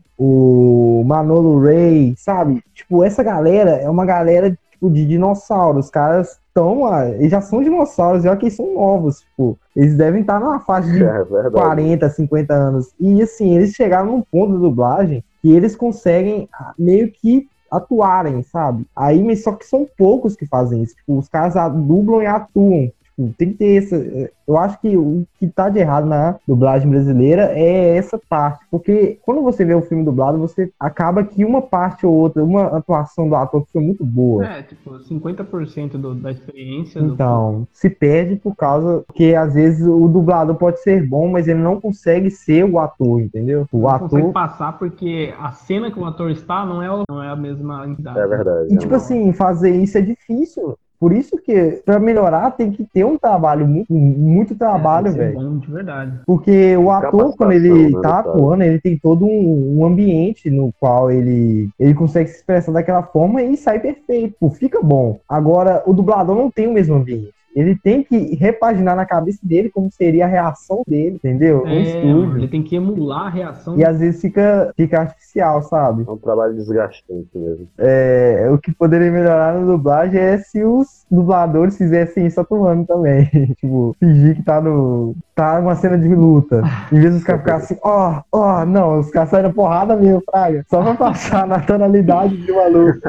o Manolo Rey, sabe? Tipo, essa galera é uma galera, tipo, de dinossauros. Os caras eles já são dinossauros, e olha que eles são novos, tipo, eles devem estar numa faixa de 40, 50 anos. E assim, eles chegaram num ponto da dublagem que eles conseguem meio que atuarem, sabe? Aí, só que são poucos que fazem isso. Tipo, os caras dublam e atuam. Tipo, tem que ter eu acho que o que tá de errado na dublagem brasileira é essa parte. Porque quando você vê o filme dublado, você acaba que uma parte ou outra, uma atuação do ator foi muito boa. Tipo, 50% da experiência. Então, se perde por causa que às vezes o dublador pode ser bom, mas ele não consegue ser o ator, entendeu? Consegue passar porque a cena que o ator está não é a mesma entidade. É verdade. E tipo assim, fazer isso é difícil. Por isso que, pra melhorar, tem que ter um trabalho, muito trabalho, velho. Bom, de verdade. Porque o ator, quando ele tá atuando, ele tem todo um ambiente no qual ele consegue se expressar daquela forma e sai perfeito. Pô, fica bom. Agora, o dublador não tem o mesmo ambiente. Ele tem que repaginar na cabeça dele como seria a reação dele, entendeu? No estúdio. Ele tem que emular a reação. E às vezes fica artificial, sabe? É um trabalho desgastante mesmo. O que poderia melhorar na dublagem é se os dubladores fizessem isso atuando também. Tipo, fingir que tá uma cena de luta. Em vez dos caras ficarem assim, não, os caras saem na porrada mesmo, fraga. Só pra passar na tonalidade de maluco.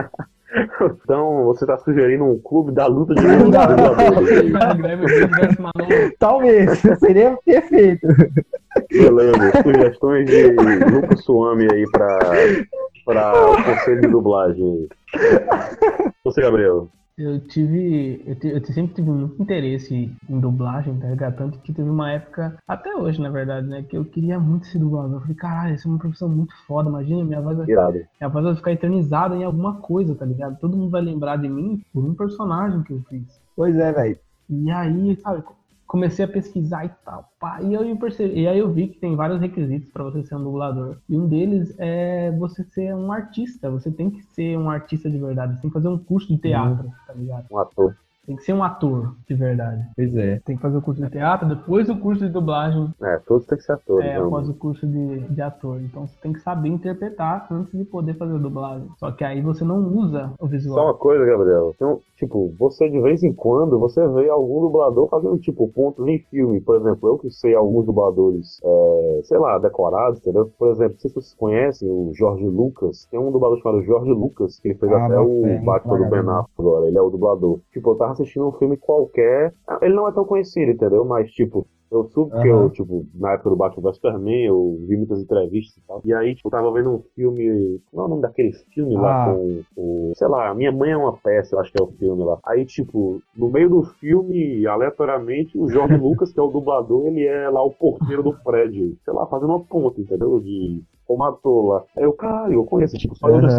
Então, você tá sugerindo um clube da luta de dubladores. Talvez, seria perfeito. Beleza, sugestões de Lucas Suami aí pra o conselho de dublagem. Você, Gabriel? Eu sempre tive muito interesse em dublagem, tá ligado? Tanto que teve uma época, até hoje, na verdade, né? Que eu queria muito ser dublador. Eu falei, caralho, isso é uma profissão muito foda. Imagina, minha voz vai ficar eternizada em alguma coisa, tá ligado? Todo mundo vai lembrar de mim por um personagem que eu fiz. Pois é, velho. E aí, sabe, comecei a pesquisar e tal. E aí eu vi que tem vários requisitos para você ser um dublador. E um deles é você ser um artista. Você tem que ser um artista de verdade. Você tem que fazer um curso de teatro, tá ligado? Um ator. Tem que ser um ator de verdade. Pois é. Tem que fazer o curso de teatro, depois o curso de dublagem. Todos tem que ser atores. Após o curso de ator. Então você tem que saber interpretar antes de poder fazer a dublagem. Só que aí você não usa o visual. Só uma coisa, Gabriel. Então, tipo, você de vez em quando, você vê algum dublador fazendo, tipo, pontos em filme. Por exemplo, eu que sei alguns dubladores, sei lá, decorados, entendeu? Por exemplo, não sei se vocês conhecem o Jorge Lucas. Tem um dublador chamado Jorge Lucas, que ele fez até o Batman do Ben Affleck agora. Ele é o dublador. Tipo, eu tava assistindo um filme qualquer. Ele não é tão conhecido, entendeu? Mas, tipo, eu soube que eu, tipo, na época do Batman vs Superman, eu vi muitas entrevistas e tal. E aí, tipo, eu tava vendo um filme. Qual é o nome daquele filme lá com o. Sei lá, Minha Mãe é uma Peça, eu acho que é o filme lá. Aí, tipo, no meio do filme, aleatoriamente, o Jorge Lucas, que é o dublador, ele é lá o porteiro do prédio. Sei lá, fazendo uma ponta, entendeu? Como ator lá. Aí eu, caralho, eu conheço, tipo, só eu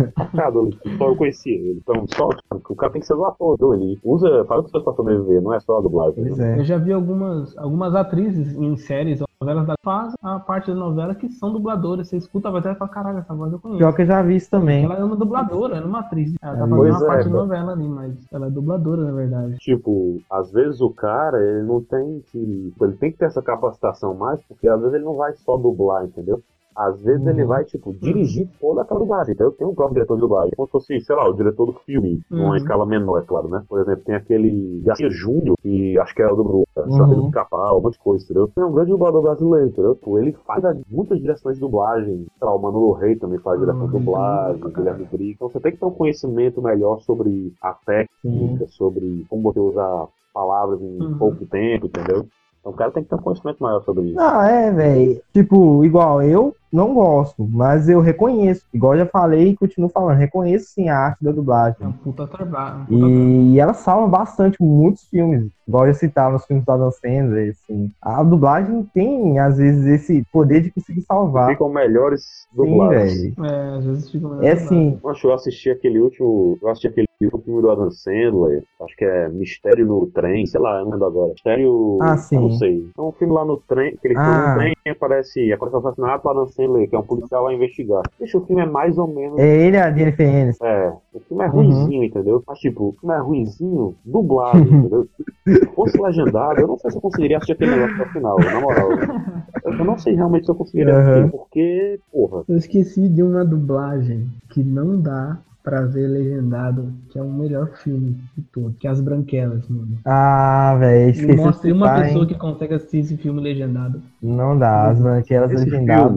só eu conhecia ele. Então, só, tipo, o cara tem que ser do ator, ele usa, faz coisas pra sobreviver, não é só a dublagem. Eu já vi algumas atrizes em séries ou novelas da faz a parte da novela que são dubladoras. Você escuta a voz dela e fala, caralho, essa voz eu conheço. Pior que eu já vi isso também. Ela é uma dubladora, ela é uma atriz. Ela tá fazendo uma parte da novela ali, mas ela é dubladora, na verdade. Tipo, às vezes o cara, ele não tem que... Ele tem que ter essa capacitação mais, porque às vezes ele não vai só dublar, entendeu? Às vezes ele vai, tipo, dirigir toda aquela dublagem. Então eu tenho um próprio diretor de dublagem. Como se fosse, sei lá, o diretor do filme, numa escala menor, é claro, né? Por exemplo, tem aquele Garcia Júnior, que acho que é o do Estratégia do Capal, um monte de coisa, entendeu? É um grande dublador brasileiro, entendeu? Pô, ele faz muitas direções de dublagem. Sei lá, o Manolo Rey também faz direção de dublagem, o Guilherme Briggs. Então você tem que ter um conhecimento melhor sobre a técnica, sobre como você usar palavras em pouco tempo, entendeu? Então o cara tem que ter um conhecimento maior sobre isso. Velho. Tipo, igual eu não gosto, mas eu reconheço. Igual eu já falei e continuo falando, reconheço sim a arte da dublagem. É um puta trabalho. E ela salva bastante muitos filmes. Igual eu citava nos filmes do Adam Sandler, assim. A dublagem tem, às vezes, esse poder de conseguir salvar. Ficam melhores dublagens. Sim, velho. Às vezes ficam melhores. Sim. Acho eu assisti aquele último filme do Adam Sandler, acho que é Mistério no Trem, sei lá, eu não lembro agora. Mistério... sim. Eu não sei. É um filme lá no trem, aquele filme no trem aparece o assassinato do Adam Sandler, que é um policial a investigar. Deixa, o filme é mais ou menos... É ele e a Jennifer Aniston. O filme é ruinzinho, entendeu? Mas tipo, o filme é ruinzinho, dublado, entendeu? Se fosse legendado, eu não sei se eu conseguiria assistir aquele negócio até o final, na moral. Eu não sei realmente se eu conseguiria assistir, porque, porra... Eu esqueci de uma dublagem que não dá pra ver legendado, que é o melhor filme de todos, que é As Branquelas, mano. Velho, esqueci. Mostre uma pessoa que consegue assistir esse filme legendado. Não dá, As Branquelas legendadas.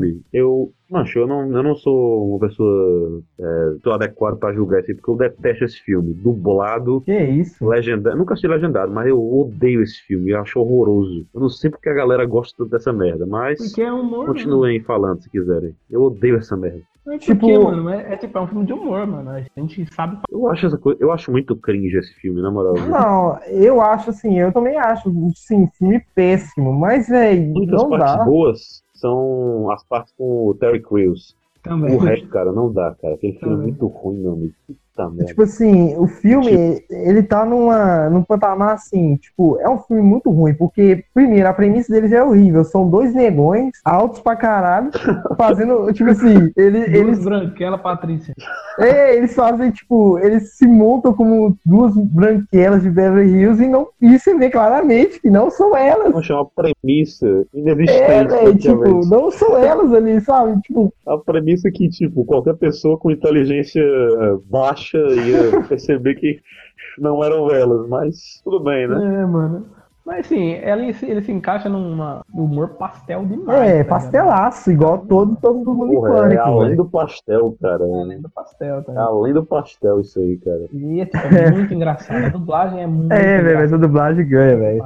Eu não sou uma pessoa tô adequado pra julgar esse, porque eu detesto esse filme. Dublado. Que isso? Legendado. Nunca assisti legendado, mas eu odeio esse filme. Eu acho horroroso. Eu não sei porque a galera gosta tanto dessa merda, mas. Porque é humor. Continuem falando se quiserem. Eu odeio essa merda. Porque, mano, é um filme de humor, mano. A gente sabe. Eu acho muito cringe esse filme, na moral. Não, eu acho assim, eu também acho, sim, filme péssimo, mas, velho, não dá. As partes boas são as partes com o Terry Crews. Também. O resto, cara, não dá, cara. Aquele filme é muito ruim, meu amigo. Puta merda. Tipo assim, o filme, ele tá num patamar assim, tipo, é um filme muito ruim, porque, primeiro, a premissa deles é horrível. São dois negões, altos pra caralho, fazendo, tipo assim, eles... Branquela Patrícia. Eles fazem, tipo, eles se montam como duas branquelas de Beverly Hills e você vê claramente que não são elas. Poxa, é uma premissa inexistente. Tipo, não são elas ali, sabe? Tipo... A premissa é que, tipo, qualquer pessoa com inteligência baixa ia perceber que não eram elas, mas tudo bem, né? Mano. Mas assim, ele se encaixa num humor pastel demais. Pastelaço, igual todo mundo em Pânico. É além do pastel, cara. Além do pastel, tá? É além do pastel isso aí, cara. E é muito engraçado. A dublagem é muito velho, mas a dublagem ganha, velho.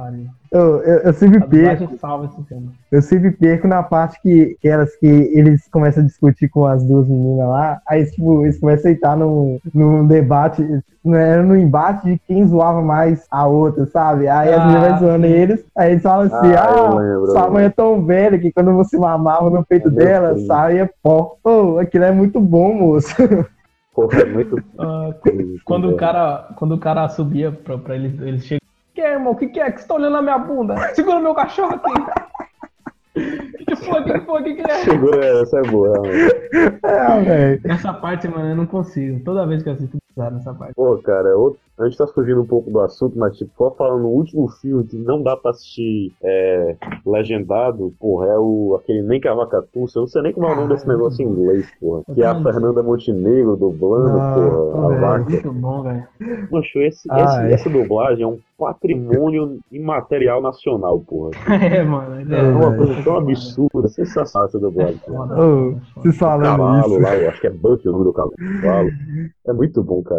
Eu sempre perco. Eu sempre perco na parte que eles começam a discutir com as duas meninas lá. Aí, tipo, eles começam a entrar num debate, no embate de quem zoava mais a outra, sabe? Aí as meninas vão zoando eles. Aí eles falam assim: sua mãe é tão velha que quando você mamava no peito dela, saia pó. Aquilo é muito bom, moço. Porra, é muito. Quando o cara subia pra eles chegam. Irmão, o que é? Que você tá olhando na minha bunda? Segura meu cachorro aqui. O que foi? Segura essa, é boa. Velho. Essa parte, mano, eu não consigo. Toda vez que eu assisto, nessa parte. Pô, cara, a gente tá fugindo um pouco do assunto, mas, tipo, só falando no último filme que não dá pra assistir legendado, porra, é aquele Nem Cavacatuça. Eu não sei nem como é o nome desse negócio em inglês, porra. Que é a Fernanda Montenegro dublando, porra, a vaca. Muito bom, velho. Mancho, essa dublagem é um patrimônio imaterial nacional, porra. Mano. É uma coisa tão absurda, sensacional essa dublagem. Vocês falando cavalo isso. Lá, eu acho que é Buck o nome do cavalo. É muito bom, cara.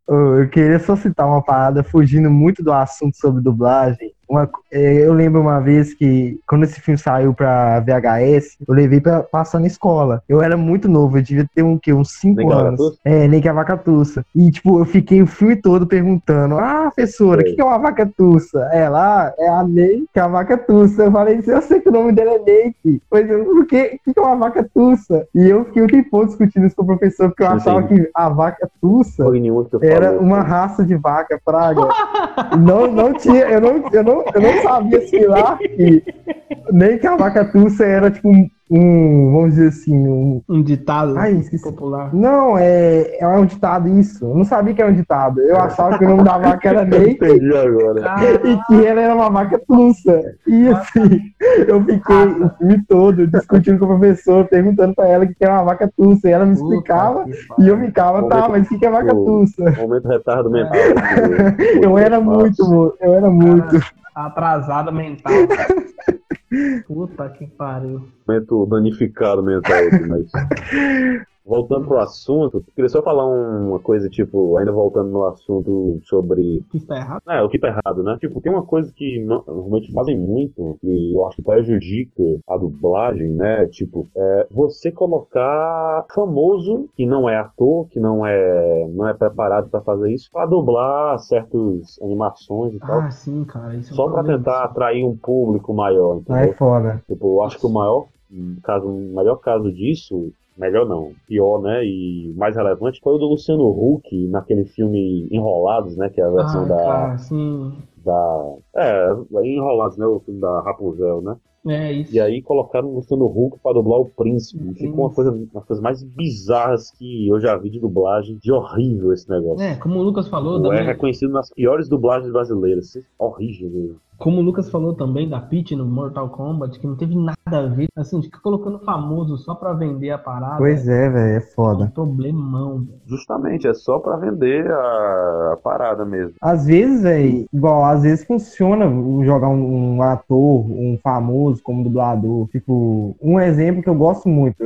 Eu queria só citar uma parada, fugindo muito do assunto sobre dublagem. Eu lembro uma vez que, quando esse filme saiu pra VHS, eu levei pra passar na escola. Eu era muito novo, eu devia ter uns 5 anos. Nem que a vaca tussa. E, tipo, eu fiquei o filme todo perguntando: professora, o que é uma vaca tussa? Ela, é a Ney, que é a vaca tussa. Eu falei: eu sei que o nome dela é Ney. Mas o que é uma vaca tussa? E eu fiquei um tempão discutindo isso com o professor, porque eu achava que a vaca tussa era uma raça de vaca, praga. Não tinha, eu não sabia assimilar que nem que a vaca tussa era tipo vamos dizer assim, um ditado popular. Não, é um ditado isso. Eu não sabia que era um ditado. Eu achava que o nome da vaca era Ney. Entendi agora. E que ela era uma vaca tussa. E assim, eu fiquei o filme todo discutindo com o professor, perguntando pra ela o que era uma vaca tussa. E ela me explicava e eu ficava, mas o que é vaca tussa? Momento retardo mental. Eu era muito. Atrasada mental. Puta que pariu. Momento danificado mental, mas... Voltando pro assunto, eu queria só falar uma coisa, tipo, ainda voltando no assunto sobre... O que tá errado? O que tá errado, né? Tipo, tem uma coisa que normalmente fazem muito, e eu acho que prejudica a dublagem, né? Tipo, você colocar famoso, que não é ator, que não é preparado pra fazer isso, pra dublar certas animações e tal. Sim, cara. Isso só pra tentar atrair um público maior, entendeu? É foda. Tipo, eu acho que o melhor caso disso... Melhor não, pior, né, e mais relevante foi o do Luciano Huck naquele filme Enrolados, né, que é a versão Enrolados, né, o filme da Rapunzel, né. É isso. E aí colocaram o Luciano Huck pra dublar o Príncipe. Ficou uma das coisas mais bizarras que eu já vi de dublagem, de horrível esse negócio. Como o Lucas falou... É reconhecido nas piores dublagens brasileiras. Horrível mesmo. Como o Lucas falou também da Peach no Mortal Kombat, que não teve nada a ver, assim, fica colocando famoso só pra vender a parada. Pois é, velho, é foda. É um problemão, velho. Justamente, é só pra vender a parada mesmo. Às vezes, velho, às vezes funciona jogar um ator, um famoso como dublador. Tipo, um exemplo que eu gosto muito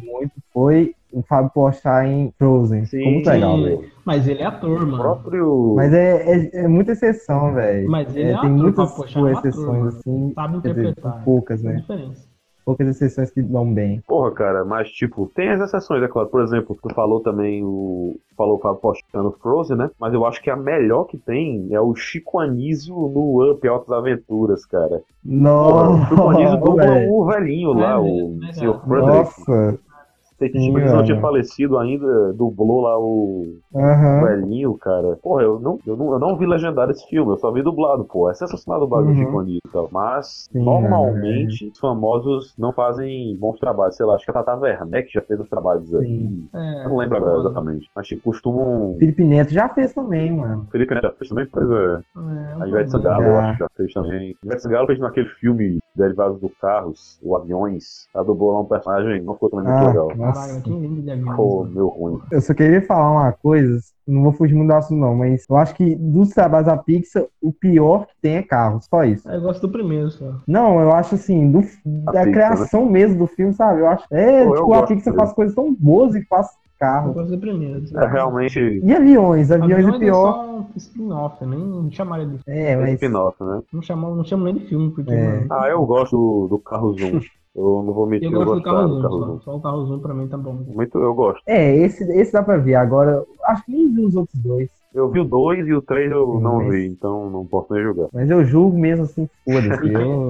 foi o Fábio Porchat em Frozen. Ficou muito legal, velho. Mas ele é ator, mano. Mas é muita exceção, velho. Mas ele é tem ator, muitas exceções, assim. Sabe interpretar. Poucas, né? Poucas exceções que dão bem. Porra, cara, mas tipo, tem as exceções, é claro. Por exemplo, tu falou também o Fábio Porchat no Frozen, né? Mas eu acho que a melhor que tem é o Chico Anísio no Up Altas Aventuras, cara. Nossa! O Chico Anísio dubla o velhinho lá, o Sr. Frederick. Nossa! Tipo, ele não tinha falecido ainda, dublou lá o velhinho, cara. Porra, eu não vi legendado esse filme, eu só vi dublado, pô. É sensacional dublado do Chico Anísio e tal. Mas, normalmente, os famosos não fazem bons trabalhos. Sei lá, acho que a Tata Werneck já fez os trabalhos aí. Eu não lembro agora exatamente. Mas, tipo, costumam... Felipe Neto já fez também, mano. Felipe Neto já fez também? Pois é. A Ivete Sangalo, eu acho que já fez também. A Ivete Sangalo fez naquele filme Derivados do Carros, o Aviões. Ela dublou lá um personagem, não ficou também muito legal. Caralho, que lindo de aviões. Ficou meio ruim. Eu só queria falar uma coisa, não vou fugir muito do assunto não, mas eu acho que dos trabalhos da Pixar, o pior que tem é Carros, só isso. Eu gosto do primeiro, só. Não, eu acho assim, da Pixar, criação, né? Mesmo do filme, sabe? Eu acho. A Pixar faz coisas tão boas e faz carro. Eu gosto do primeiro. Realmente. E aviões? Aviões é pior. É só um spin-off, nem chamaria de filme. Mas... spin-off, né? Não chamo nem de filme, porque... eu gosto do Carros 1. Eu não vou mentir, eu gosto do Carros 1, só o Carros 1 pra mim tá bom. Muito, eu gosto. Esse dá pra ver. Agora, acho que nem vi os outros dois. Eu vi o 2 e o 3 eu não vi, então não posso nem julgar. Mas eu julgo mesmo assim, foda-se.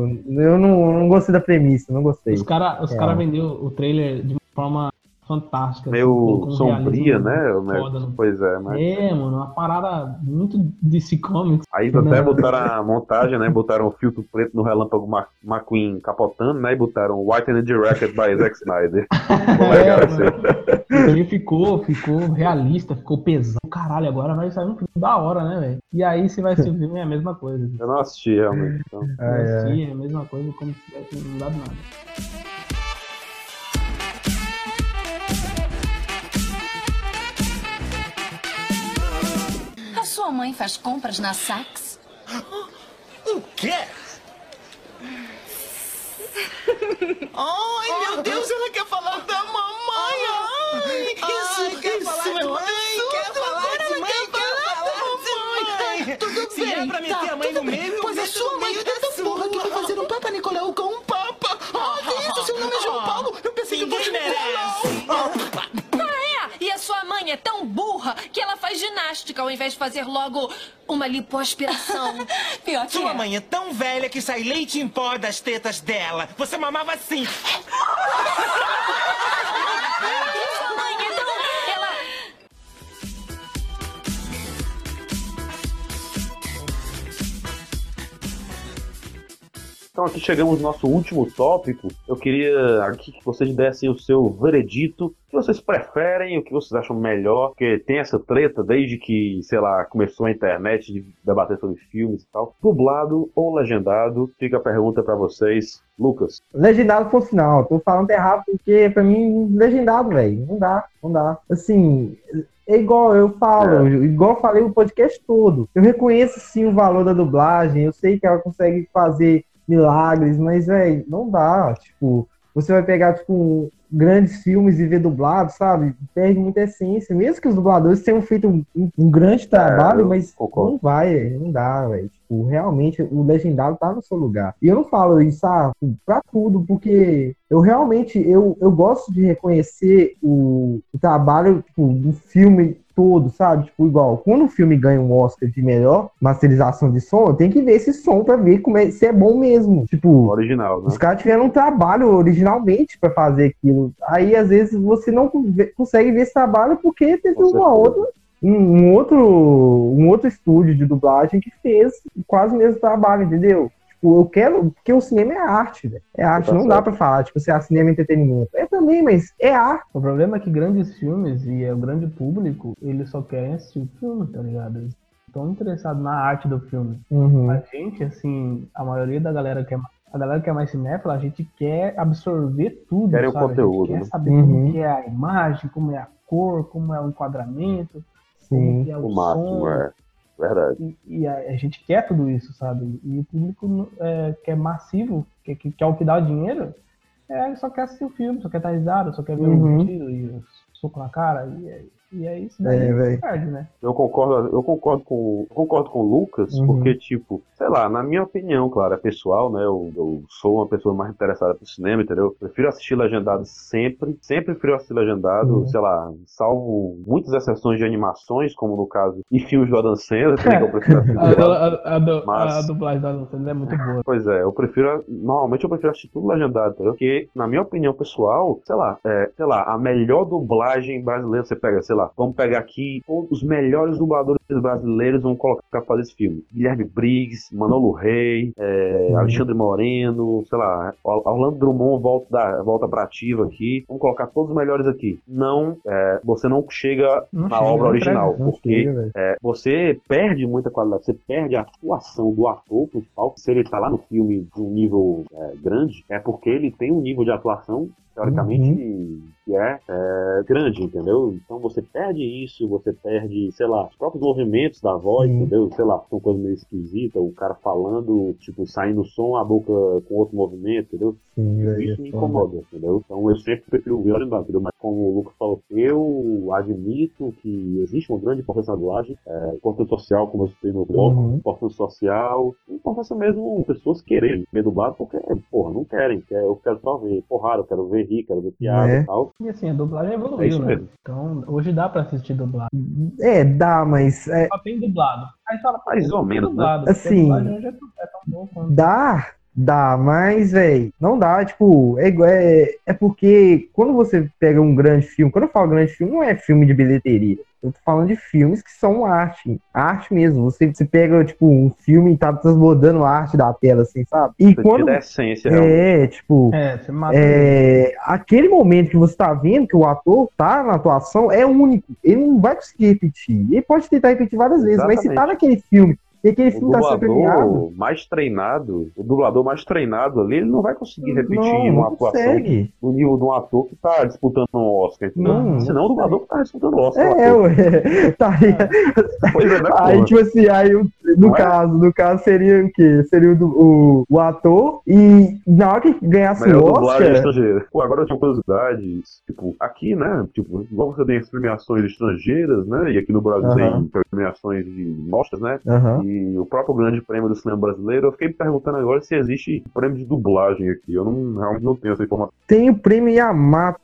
eu não gostei da premissa, não gostei. Os cara vendeu o trailer de uma forma fantástica. Meio sombria, né? Pois é, mas... mano, uma parada muito DC Comics. Aí até botaram a montagem, né? Botaram o filtro preto no Relâmpago McQueen capotando, né? E botaram White and Directed by Zack Snyder. Ficou legal isso. Ele ficou realista, ficou pesado. Caralho, agora vai sair um filme da hora, né, velho? E aí você vai assistir o filme, é a mesma coisa. Eu não assisti, realmente. Então. É a mesma coisa, como se tivesse mudado nada. Sua mãe faz compras na Saks? O quê? Ai, meu Deus, ela quer falar da mamãe. Ai, isso, quer falar de mãe, quer falar de mãe, quer falar. tão burra que ela faz ginástica ao invés de fazer logo uma lipoaspiração. Pior que Sua mãe é tão velha que sai leite em pó das tetas dela. Você mamava assim. Sua mãe, então, ela... Então aqui chegamos no nosso último tópico. Eu queria aqui que vocês dessem o seu veredito, o que vocês preferem, o que vocês acham melhor, porque tem essa treta desde que, sei lá, começou a internet de debater sobre filmes e tal. Dublado ou legendado? Fica a pergunta pra vocês. Lucas. Legendado por final. Tô falando errado porque pra mim, legendado, velho. Não dá. Assim... É igual eu falo, igual eu falei o podcast todo. Eu reconheço sim o valor da dublagem, eu sei que ela consegue fazer milagres, mas, velho, não dá. Tipo, você vai pegar, tipo, grandes filmes e ver dublado, sabe? Perde muita essência. Mesmo que os dubladores tenham feito um grande trabalho, mas concordo. não dá, velho. Tipo, realmente, o legendado tá no seu lugar. E eu não falo isso, pra tudo, porque eu realmente, eu gosto de reconhecer o trabalho, tipo, do filme todo, sabe? Tipo, igual, quando o filme ganha um Oscar de melhor masterização de som, eu tenho que ver esse som pra ver se é bom mesmo. Tipo, original, né? Os caras tiveram um trabalho originalmente pra fazer aquilo. Aí, às vezes, você não consegue ver esse trabalho porque teve um outro estúdio de dublagem que fez quase o mesmo trabalho, entendeu? Tipo, eu quero... Porque o cinema é arte, velho. É arte, não dá pra falar, tipo, se é cinema e entretenimento. É também, mas é arte. O problema é que grandes filmes e o grande público, eles só querem assistir o filme, tá ligado? Eles estão interessados na arte do filme. Uhum. A gente, assim, a maioria da galera que é mais cinéfila, a gente quer absorver tudo, Querem sabe? o conteúdo, a gente quer né? saber como que é a imagem, como é a cor, como é o enquadramento, como que é o máximo, som. Verdade. E a gente quer tudo isso, sabe? E o público que é massivo, que é o que dá o dinheiro, só quer assistir o filme, só quer estar risado, só quer ver o tiro e o soco na cara. E é isso daí que perde, né? Eu concordo com o Lucas, porque, tipo, sei lá, na minha opinião, claro, é pessoal, né? Eu sou uma pessoa mais interessada pro cinema, entendeu? Eu prefiro assistir legendado sempre prefiro assistir legendado, sei lá, salvo muitas exceções de animações, como no caso, e filmes do Adam Sandler, que eu prefiro assistir a dublagem do Adam Sandler é muito boa. Pois é, normalmente eu prefiro assistir tudo legendado, entendeu? Porque, na minha opinião pessoal, sei lá, a melhor dublagem brasileira, você pega, sei lá, vamos pegar aqui os melhores dubladores brasileiros, vamos colocar pra fazer esse filme. Guilherme Briggs, Manolo Rey, Alexandre Moreno, sei lá, Orlando Drummond volta pra ativa aqui. Vamos colocar todos os melhores aqui. Você não chega na obra original, porque você perde muita qualidade, você perde a atuação do ator principal. Se ele tá lá no filme de um nível grande, é porque ele tem um nível de atuação teoricamente que é grande, entendeu? Então você perde isso, você perde, sei lá, os próprios movimentos da voz, entendeu? Sei lá, são coisas meio esquisitas, o cara falando, tipo, saindo som, a boca com outro movimento, entendeu? Isso me incomoda, entendeu? Então eu sempre prefiro ver legendado, entendeu? Mas como o Lucas falou, eu admito que existe uma grande importância na dublagem, importância social, como eu citei no bloco, importância social, importância mesmo pessoas quererem ver dublado, porque, porra, não querem, eu quero só ver porrada, eu quero ver rir, quero ver piada e tal. E assim, a dublagem evoluiu, né? Mesmo. Então, hoje dá pra assistir dublado. Dá, mas... Só tem dublado. Aí fala, mais ou menos, dublado, né? Assim, a dublagem hoje é tão bom quanto... Dá, mas, velho, não dá, tipo, é porque quando você pega um grande filme, quando eu falo grande filme, não é filme de bilheteria, eu tô falando de filmes que são arte mesmo, você pega, tipo, um filme e tá transbordando a arte da tela, assim, sabe? E você quando... tira a essência, realmente. Tipo, você mata aquele momento que você tá vendo que o ator tá na atuação é único, ele não vai conseguir repetir, ele pode tentar repetir várias vezes, mas se tá naquele filme, e aquele filme tá sendo premiado. O dublador mais treinado ali, ele não vai conseguir repetir uma atuação no nível de um ator que tá disputando um Oscar. Senão o dublador que tá disputando um Oscar. Tá aí. Aí, tipo assim, no caso seria o quê? Seria o ator e na hora que ganhasse o Oscar... Pô, agora eu tinha curiosidade, tipo, aqui, né, tipo, igual você tem as premiações estrangeiras, né, e aqui no Brasil tem premiações de mostras, né, e o próprio grande prêmio do cinema brasileiro, eu fiquei me perguntando agora se existe prêmio de dublagem aqui, eu realmente não tenho essa informação. Tem o prêmio Yamato,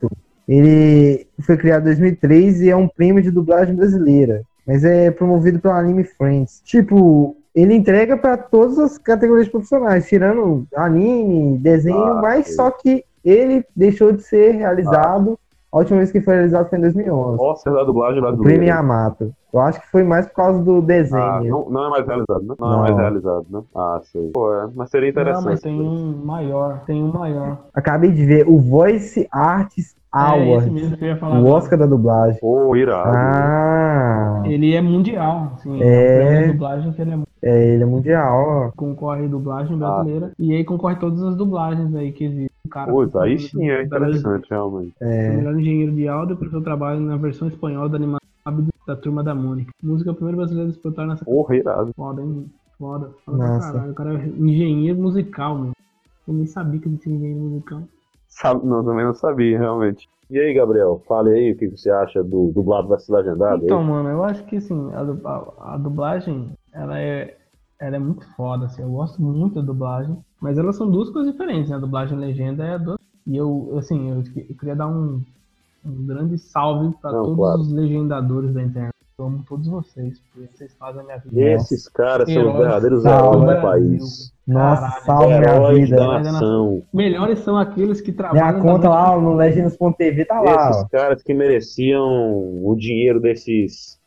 Ele foi criado em 2003 e é um prêmio de dublagem brasileira, mas é promovido pelo Anime Friends. Tipo, ele entrega para todas as categorias profissionais, tirando anime, desenho, mas só que ele deixou de ser realizado. A última vez que foi realizado foi em 2011. Oscar da dublagem O brasileira. prêmio Yamato. Eu acho que foi mais por causa do desenho. Não é mais realizado, né? Não é mais realizado, né? Ah, sei. Pô, mas seria interessante. Não, mas tem um maior. Acabei de ver o Voice Arts Award, esse mesmo que eu ia falar o agora. Oscar da dublagem. Pô, irado. Ah, Ele é mundial, assim, É. o prêmio de dublagem que ele é ele é mundial, ó. concorre a dublagem brasileira e aí concorre todas as dublagens aí que existem. O cara Pô, aí concorre sim é da- interessante, realmente. O melhor engenheiro de áudio pelo seu trabalho na versão espanhola da animação da Turma da Mônica. Música primeiro brasileira a disputar nessa. Porra, irado. Foda, hein? Foda pra Nossa. caralho. O cara é engenheiro musical, mano. Eu nem sabia que ele tinha engenheiro musical. Não, também não sabia, realmente. E aí, Gabriel, fale aí o que você acha do dublado versus legendado. Então, aí? mano, eu acho que assim, a dublagem, ela é muito foda, assim. Eu gosto muito da dublagem, mas elas são duas coisas diferentes, né? A dublagem e a legenda é duas. E eu queria dar um grande salve pra Não, todos claro. os legendadores da internet. Eu amo todos vocês, porque vocês fazem a minha vida. Esses caras são os Heróis verdadeiros do heróis do Brasil. país. Nossa, Caralho. salve minha Heróis vida. da nação. Melhores são aqueles que trabalham. Minha conta da noite lá no Legendas.tv tá lá, Esses ó. caras que mereciam o dinheiro desses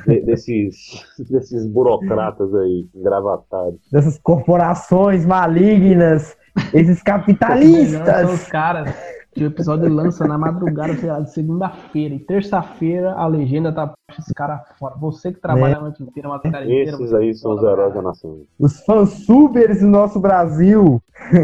burocratas aí, engravatados. Dessas corporações malignas, esses Melhores são capitalistas. os caras que o episódio lança na madrugada, sei lá, de segunda-feira. E terça-feira a legenda tá pra esse cara fora. Você que trabalha a noite inteira, a madrugada inteira. Esses você aí são os heróis da nação. Os fansubers do nosso Brasil.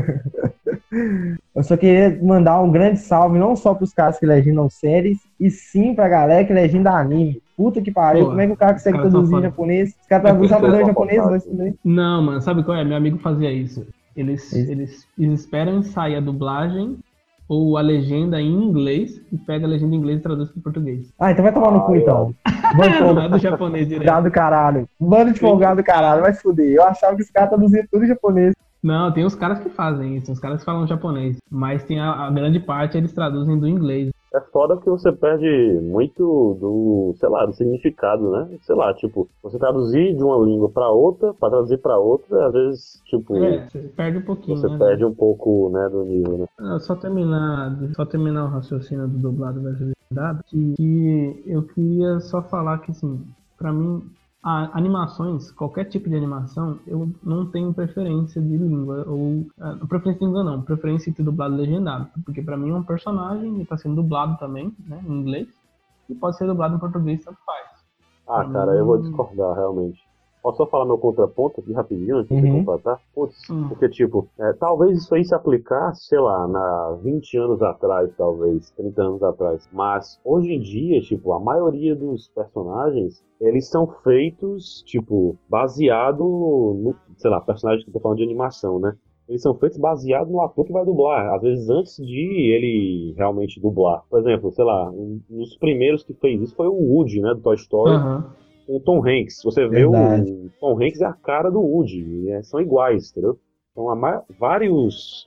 Eu só queria mandar um grande salve, não só pros caras que legendam séries, e sim pra galera que legenda anime. Puta que pariu, Pô, como é que o cara consegue os caras são traduzir em foda. japonês? Os caras traduzem japonês, japonês, vai se fuder. Não, mano, sabe qual é? Meu amigo fazia isso. Eles esperam sair a dublagem ou a legenda em inglês e pega a legenda em inglês e traduz pro português. Ah, então vai tomar no cu então. Não é do japonês direto. Folgado do caralho. Bando de folgado do caralho, vai se fuder. Eu achava que os caras traduziam tudo em japonês. Não, tem os caras que fazem isso, os caras que falam japonês. Mas tem a grande parte eles traduzem do inglês. É foda porque você perde muito do, sei lá, do significado, né? Sei lá, tipo, você traduzir de uma língua pra outra, pra traduzir pra outra, às vezes, tipo, Você perde um pouquinho, você né? perde um pouco, né, do nível, né? Só terminar o raciocínio do dublado versus legendado, que eu queria só falar que, assim, pra mim, animações, qualquer tipo de animação, eu não tenho preferência de língua, ou preferência de língua não, preferência entre dublado e legendado, porque pra mim é um personagem e tá sendo dublado também, né, em inglês, e pode ser dublado em português, tanto faz. Ah, cara, eu vou discordar, realmente. Posso só falar meu contraponto aqui rapidinho, antes de completar? Putz, porque, tipo, talvez isso aí se aplicasse, sei lá, 20 anos atrás, talvez, 30 anos atrás. Mas, hoje em dia, tipo, a maioria dos personagens, eles são feitos, tipo, baseado no, sei lá, personagem que eu tô falando de animação, né? Eles são feitos baseado no ator que vai dublar, às vezes antes de ele realmente dublar. Por exemplo, sei lá, um dos primeiros que fez isso foi o Woody, né, do Toy Story. O Tom Hanks. Você vê o Tom Hanks é a cara do Woody, são iguais, entendeu? Então, vários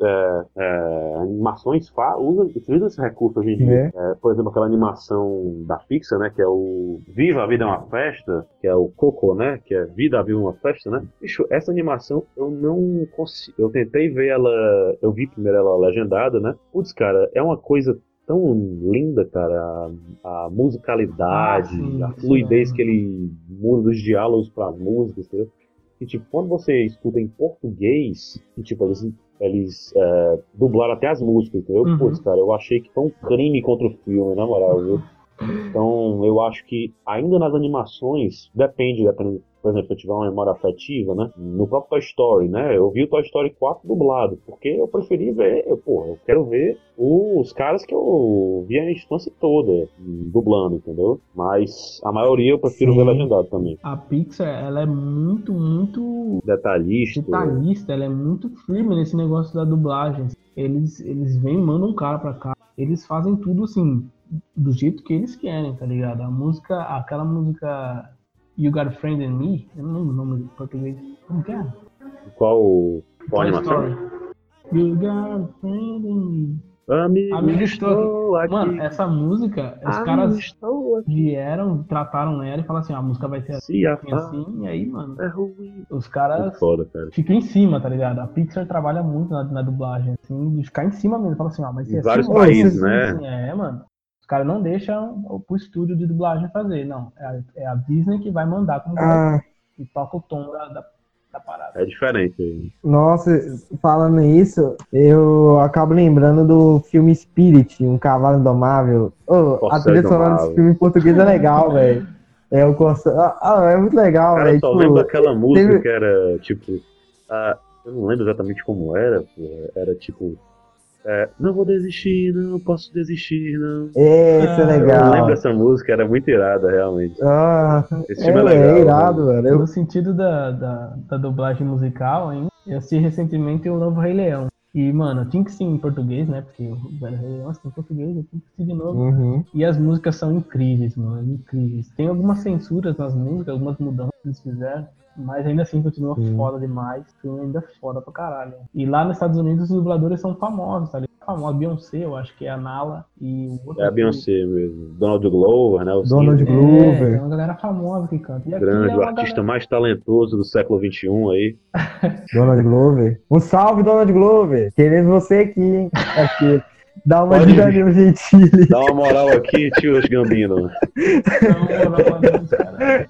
animações utilizam esse recurso hoje em dia. Por exemplo, aquela animação da Pixar, né, que é o Viva a Vida é uma Festa, que é o Coco, né, que é Vida a Vida é uma Festa, né? Bicho, essa animação eu não consigo. Eu tentei ver ela, eu vi primeiro ela legendada, né? Putz, cara, é uma coisa tão linda, cara, a musicalidade, a fluidez que ele muda dos diálogos para as músicas, entendeu? E, tipo, quando você escuta em português, e, tipo, eles dublaram até as músicas, entendeu? Putz, cara, eu achei que foi um crime contra o filme, na moral, viu? Então, eu acho que ainda nas animações, depende, por exemplo, se eu tiver uma memória afetiva, né? No próprio Toy Story, né? Eu vi o Toy Story 4 dublado, porque eu preferi ver, eu quero ver os caras que eu vi a infância toda dublando, entendeu? Mas a maioria eu prefiro ver legendado também. A Pixar, ela é muito detalhista, ela é muito firme nesse negócio da dublagem. Eles vêm e mandam um cara pra cá. Eles fazem tudo assim, do jeito que eles querem, tá ligado? Aquela música You Got a Friend in Me, eu não lembro o nome em português. Como que é? Qual animação? You got a friend in me. Amigo, estou aqui. Mano, essa música, os caras vieram, trataram ela e falaram assim, a música vai ser assim, e aí, mano, os caras ficam em cima, tá ligado? A Pixar trabalha muito na dublagem, assim, de ficar em cima mesmo. Fala assim, vai ser assim, vários países, né? Assim, mano. Os caras não deixam pro estúdio de dublagem fazer, não. É a Disney que vai mandar como e toca o tom da parada. É diferente aí. Nossa, falando isso, eu acabo lembrando do filme Spirit, Um Cavalo Indomável. A trilha sonora desse filme em português é legal, velho. É muito legal, velho. Eu só lembro daquela música que era, tipo... eu não lembro exatamente como era, era tipo... não vou desistir, não posso desistir, não. Isso é legal. Eu lembro dessa música, era muito irada, realmente. Esse filme é legal. É irado, velho. No sentido da dublagem musical, hein? Eu assisti recentemente o novo Rei Leão. E, mano, eu tinha que sim em português, né? Porque o velho Rei Leão em português, eu tinha que assistir de novo. Uhum. E as músicas são incríveis, mano. Incríveis. Tem algumas censuras nas músicas, algumas mudanças que eles fizeram. Mas ainda assim continua foda demais. O filme ainda é foda pra caralho. E lá nos Estados Unidos os dubladores são famosos, tá ligado? A Beyoncé, eu acho que é a Nala. E o outro é a Beyoncé mesmo. Donald Glover, né? Donald Glover. É uma galera famosa que canta. E grande, o artista mais talentoso do século XXI aí. Donald Glover. Um salve, Donald Glover. Queremos você aqui, hein? Aqui. Dá uma dica ali, Gentili. Dá uma moral aqui, tio Gambino. Dá uma moral pra Deus, cara.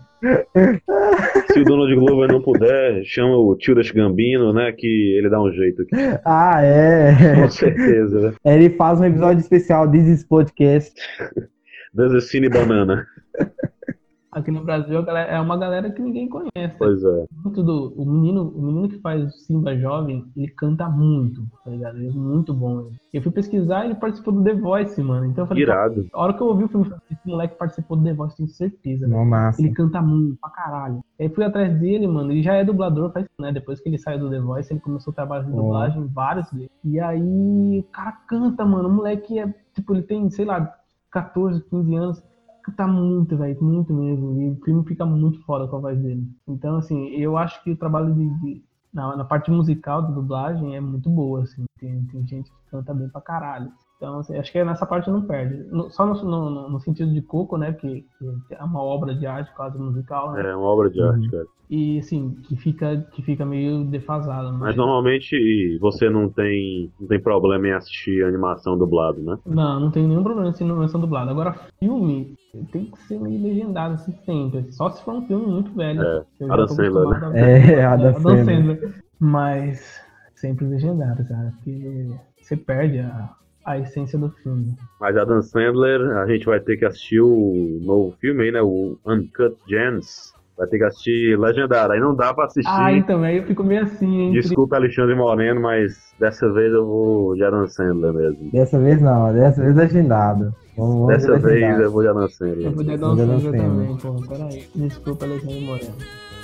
Se o Donald Glover não puder, chama o tio Gambino, né? Que ele dá um jeito aqui. Com certeza, né? Ele faz um episódio especial This Podcast. This is Cine Banana. Aqui no Brasil é uma galera que ninguém conhece. Pois é. O menino que faz o Simba jovem, ele canta muito, tá ligado? Ele é muito bom. Eu fui pesquisar e ele participou do The Voice, mano. Então eu falei, irado. A hora que eu ouvi o filme, esse moleque participou do The Voice, tenho certeza. Massa. Ele canta muito, pra caralho. Aí fui atrás dele, mano, ele já é dublador, né? Depois que ele saiu do The Voice, ele começou a trabalhar de dublagem, vários vezes. E aí o cara canta, mano. O moleque ele tem, sei lá, 14, 15 anos. Tá muito, velho, muito mesmo. E o filme fica muito foda com a voz dele. Então, assim, eu acho que o trabalho na parte musical da dublagem é muito boa, assim. Tem gente que canta bem pra caralho. Então, assim, acho que nessa parte não perde. Só no sentido de Coco, né? Que é uma obra de arte quase musical, né? É uma obra de arte, cara. E, assim, que fica meio defasado. Mas normalmente você não tem problema em assistir animação dublado, né? Não tem nenhum problema em assistir animação dublado. Agora, filme tem que ser meio legendado, assim, sempre. Só se for um filme muito velho. Adam Sandler, né? Adam Sandler. Mas sempre legendado, cara. Porque você perde a essência do filme. Mas Adam Sandler, a gente vai ter que assistir o novo filme aí, né? O Uncut Gems. Vai ter que assistir legendado. Aí não dá pra assistir. Então, aí eu fico meio assim, hein? Desculpa, Alexandre Moreno, mas dessa vez eu vou de Adam Sandler mesmo. Dessa vez não, dessa vez legendado. Dessa vez eu vou de Adam Sandler. Eu vou de Adam Sandler também, pô. Peraí. Desculpa, Alexandre Moreno.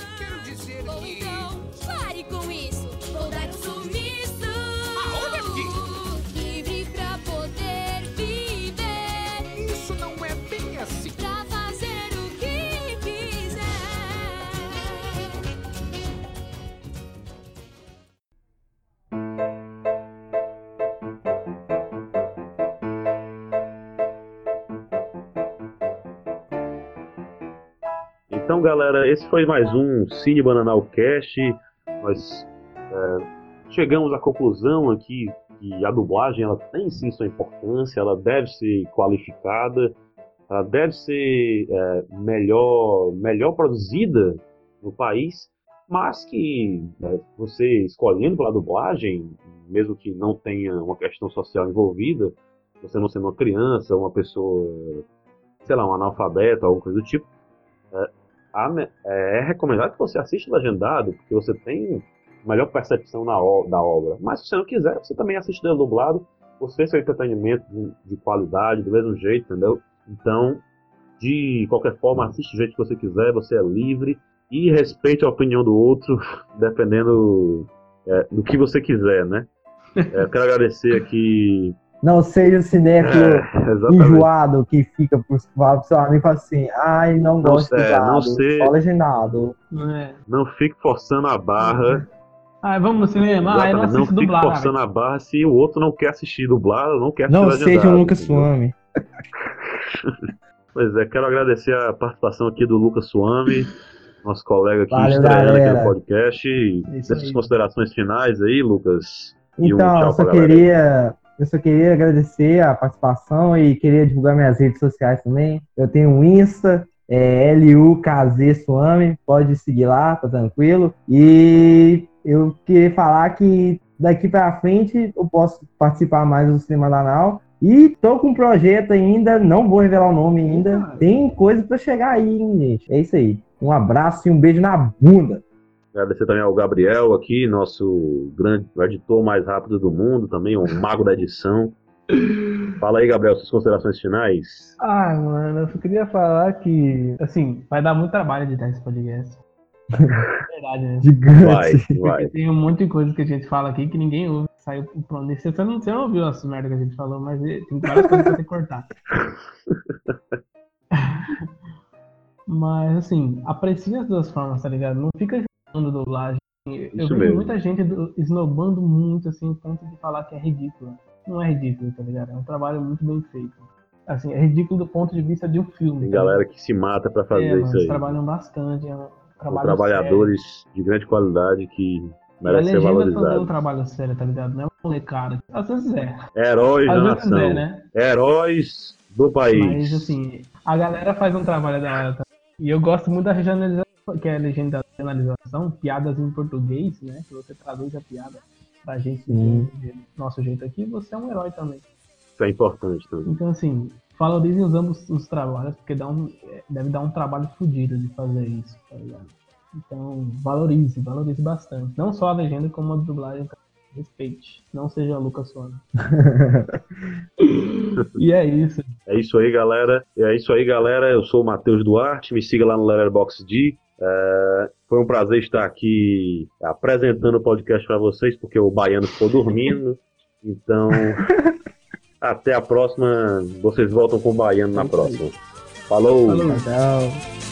Pare com isso. Vou dar um sumiço. Aonde aqui? Livre pra poder viver. Isso não é bem assim. Pra fazer o que quiser. Então, galera, esse foi mais um Cine Bananal Cast. Nós chegamos à conclusão aqui que a dublagem ela tem sim sua importância, ela deve ser qualificada, ela deve ser melhor produzida no país, mas que você escolhendo pela dublagem, mesmo que não tenha uma questão social envolvida, você não sendo uma criança, uma pessoa, sei lá, um analfabeto, alguma coisa do tipo, é recomendado que você assista legendado, porque você tem melhor percepção da obra. Mas se você não quiser, você também assiste dublado, você seu entretenimento de qualidade, do mesmo jeito, entendeu? Então, de qualquer forma, assiste do jeito que você quiser, você é livre e respeite a opinião do outro, dependendo do que você quiser, né? Eu quero agradecer aqui. Não seja o cinéfilo enjoado que fica pro seu amigo e fala assim, ai, não gosto de dublado, só legendado. Não fique forçando a barra Vamos no cinema? Eu não Exatamente, não assisto fique dublado. forçando a barra se o outro não quer assistir dublado, não quer assistir Não legendado, seja um Lucas entendeu? Suami. Pois é, quero agradecer a participação aqui do Lucas Suami, nosso colega aqui Valeu, estreando aqui no galera. podcast. E dessas considerações finais aí, Lucas. E Então, tchau eu só pra galera. queria agradecer a participação e queria divulgar minhas redes sociais também. Eu tenho um Insta, LUKZ Suami, pode seguir lá, tá tranquilo. E eu queria falar que daqui pra frente eu posso participar mais do Cinema da Nau. E tô com um projeto ainda, não vou revelar o nome ainda. Tem coisa pra chegar aí, hein, gente. É isso aí. Um abraço e um beijo na bunda. Agradecer também ao Gabriel aqui, nosso grande editor mais rápido do mundo, também um mago da edição. Fala aí, Gabriel, suas considerações finais. Mano, eu só queria falar que, assim, vai dar muito trabalho editar esse podcast. Verdade, né? Gigante. Vai. Tem um monte de coisa que a gente fala aqui que ninguém ouve. Saiu pronto. Você não ouviu as merdas que a gente falou, mas tem várias coisas pra ter que cortar. Mas, assim, aprecie as duas formas, tá ligado? Não fica esnobando dublagem. Eu vejo mesmo. muita gente esnobando muito, assim, ponto de falar que é ridículo. Não é ridículo, tá ligado? É um trabalho muito bem feito. Assim, é ridículo do ponto de vista de um filme. Tem tá galera ligado? que se mata pra fazer mano, isso eles aí. trabalham bastante, é um São trabalho trabalhadores de grande qualidade que sério. E a merecem ser legenda também é um valorizados. trabalho sério, tá ligado? Não é uma molecada. Às vezes é. Heróis Às da vezes nação. é, né? Heróis do país. Mas, assim, a galera faz um trabalho da hora também. E eu gosto muito da regionalização, que é a regionalização, piadas em português, né? Que você traduz a piada pra gente do nosso jeito aqui, você é um herói também. Isso é importante também. Então, assim, valorizem os ambos os trabalhos, porque deve dar um trabalho fodido de fazer isso, tá ligado? Então, valorize bastante. Não só a legenda, como a dublagem. Respeite. Não seja Lucas Suami. E é isso. É isso aí, galera. Eu sou o Matheus Duarte. Me siga lá no Letterboxd. Foi um prazer estar aqui apresentando o podcast para vocês, porque o baiano ficou dormindo. Então, até a próxima. Vocês voltam com o baiano na próxima. Falou. Tchau.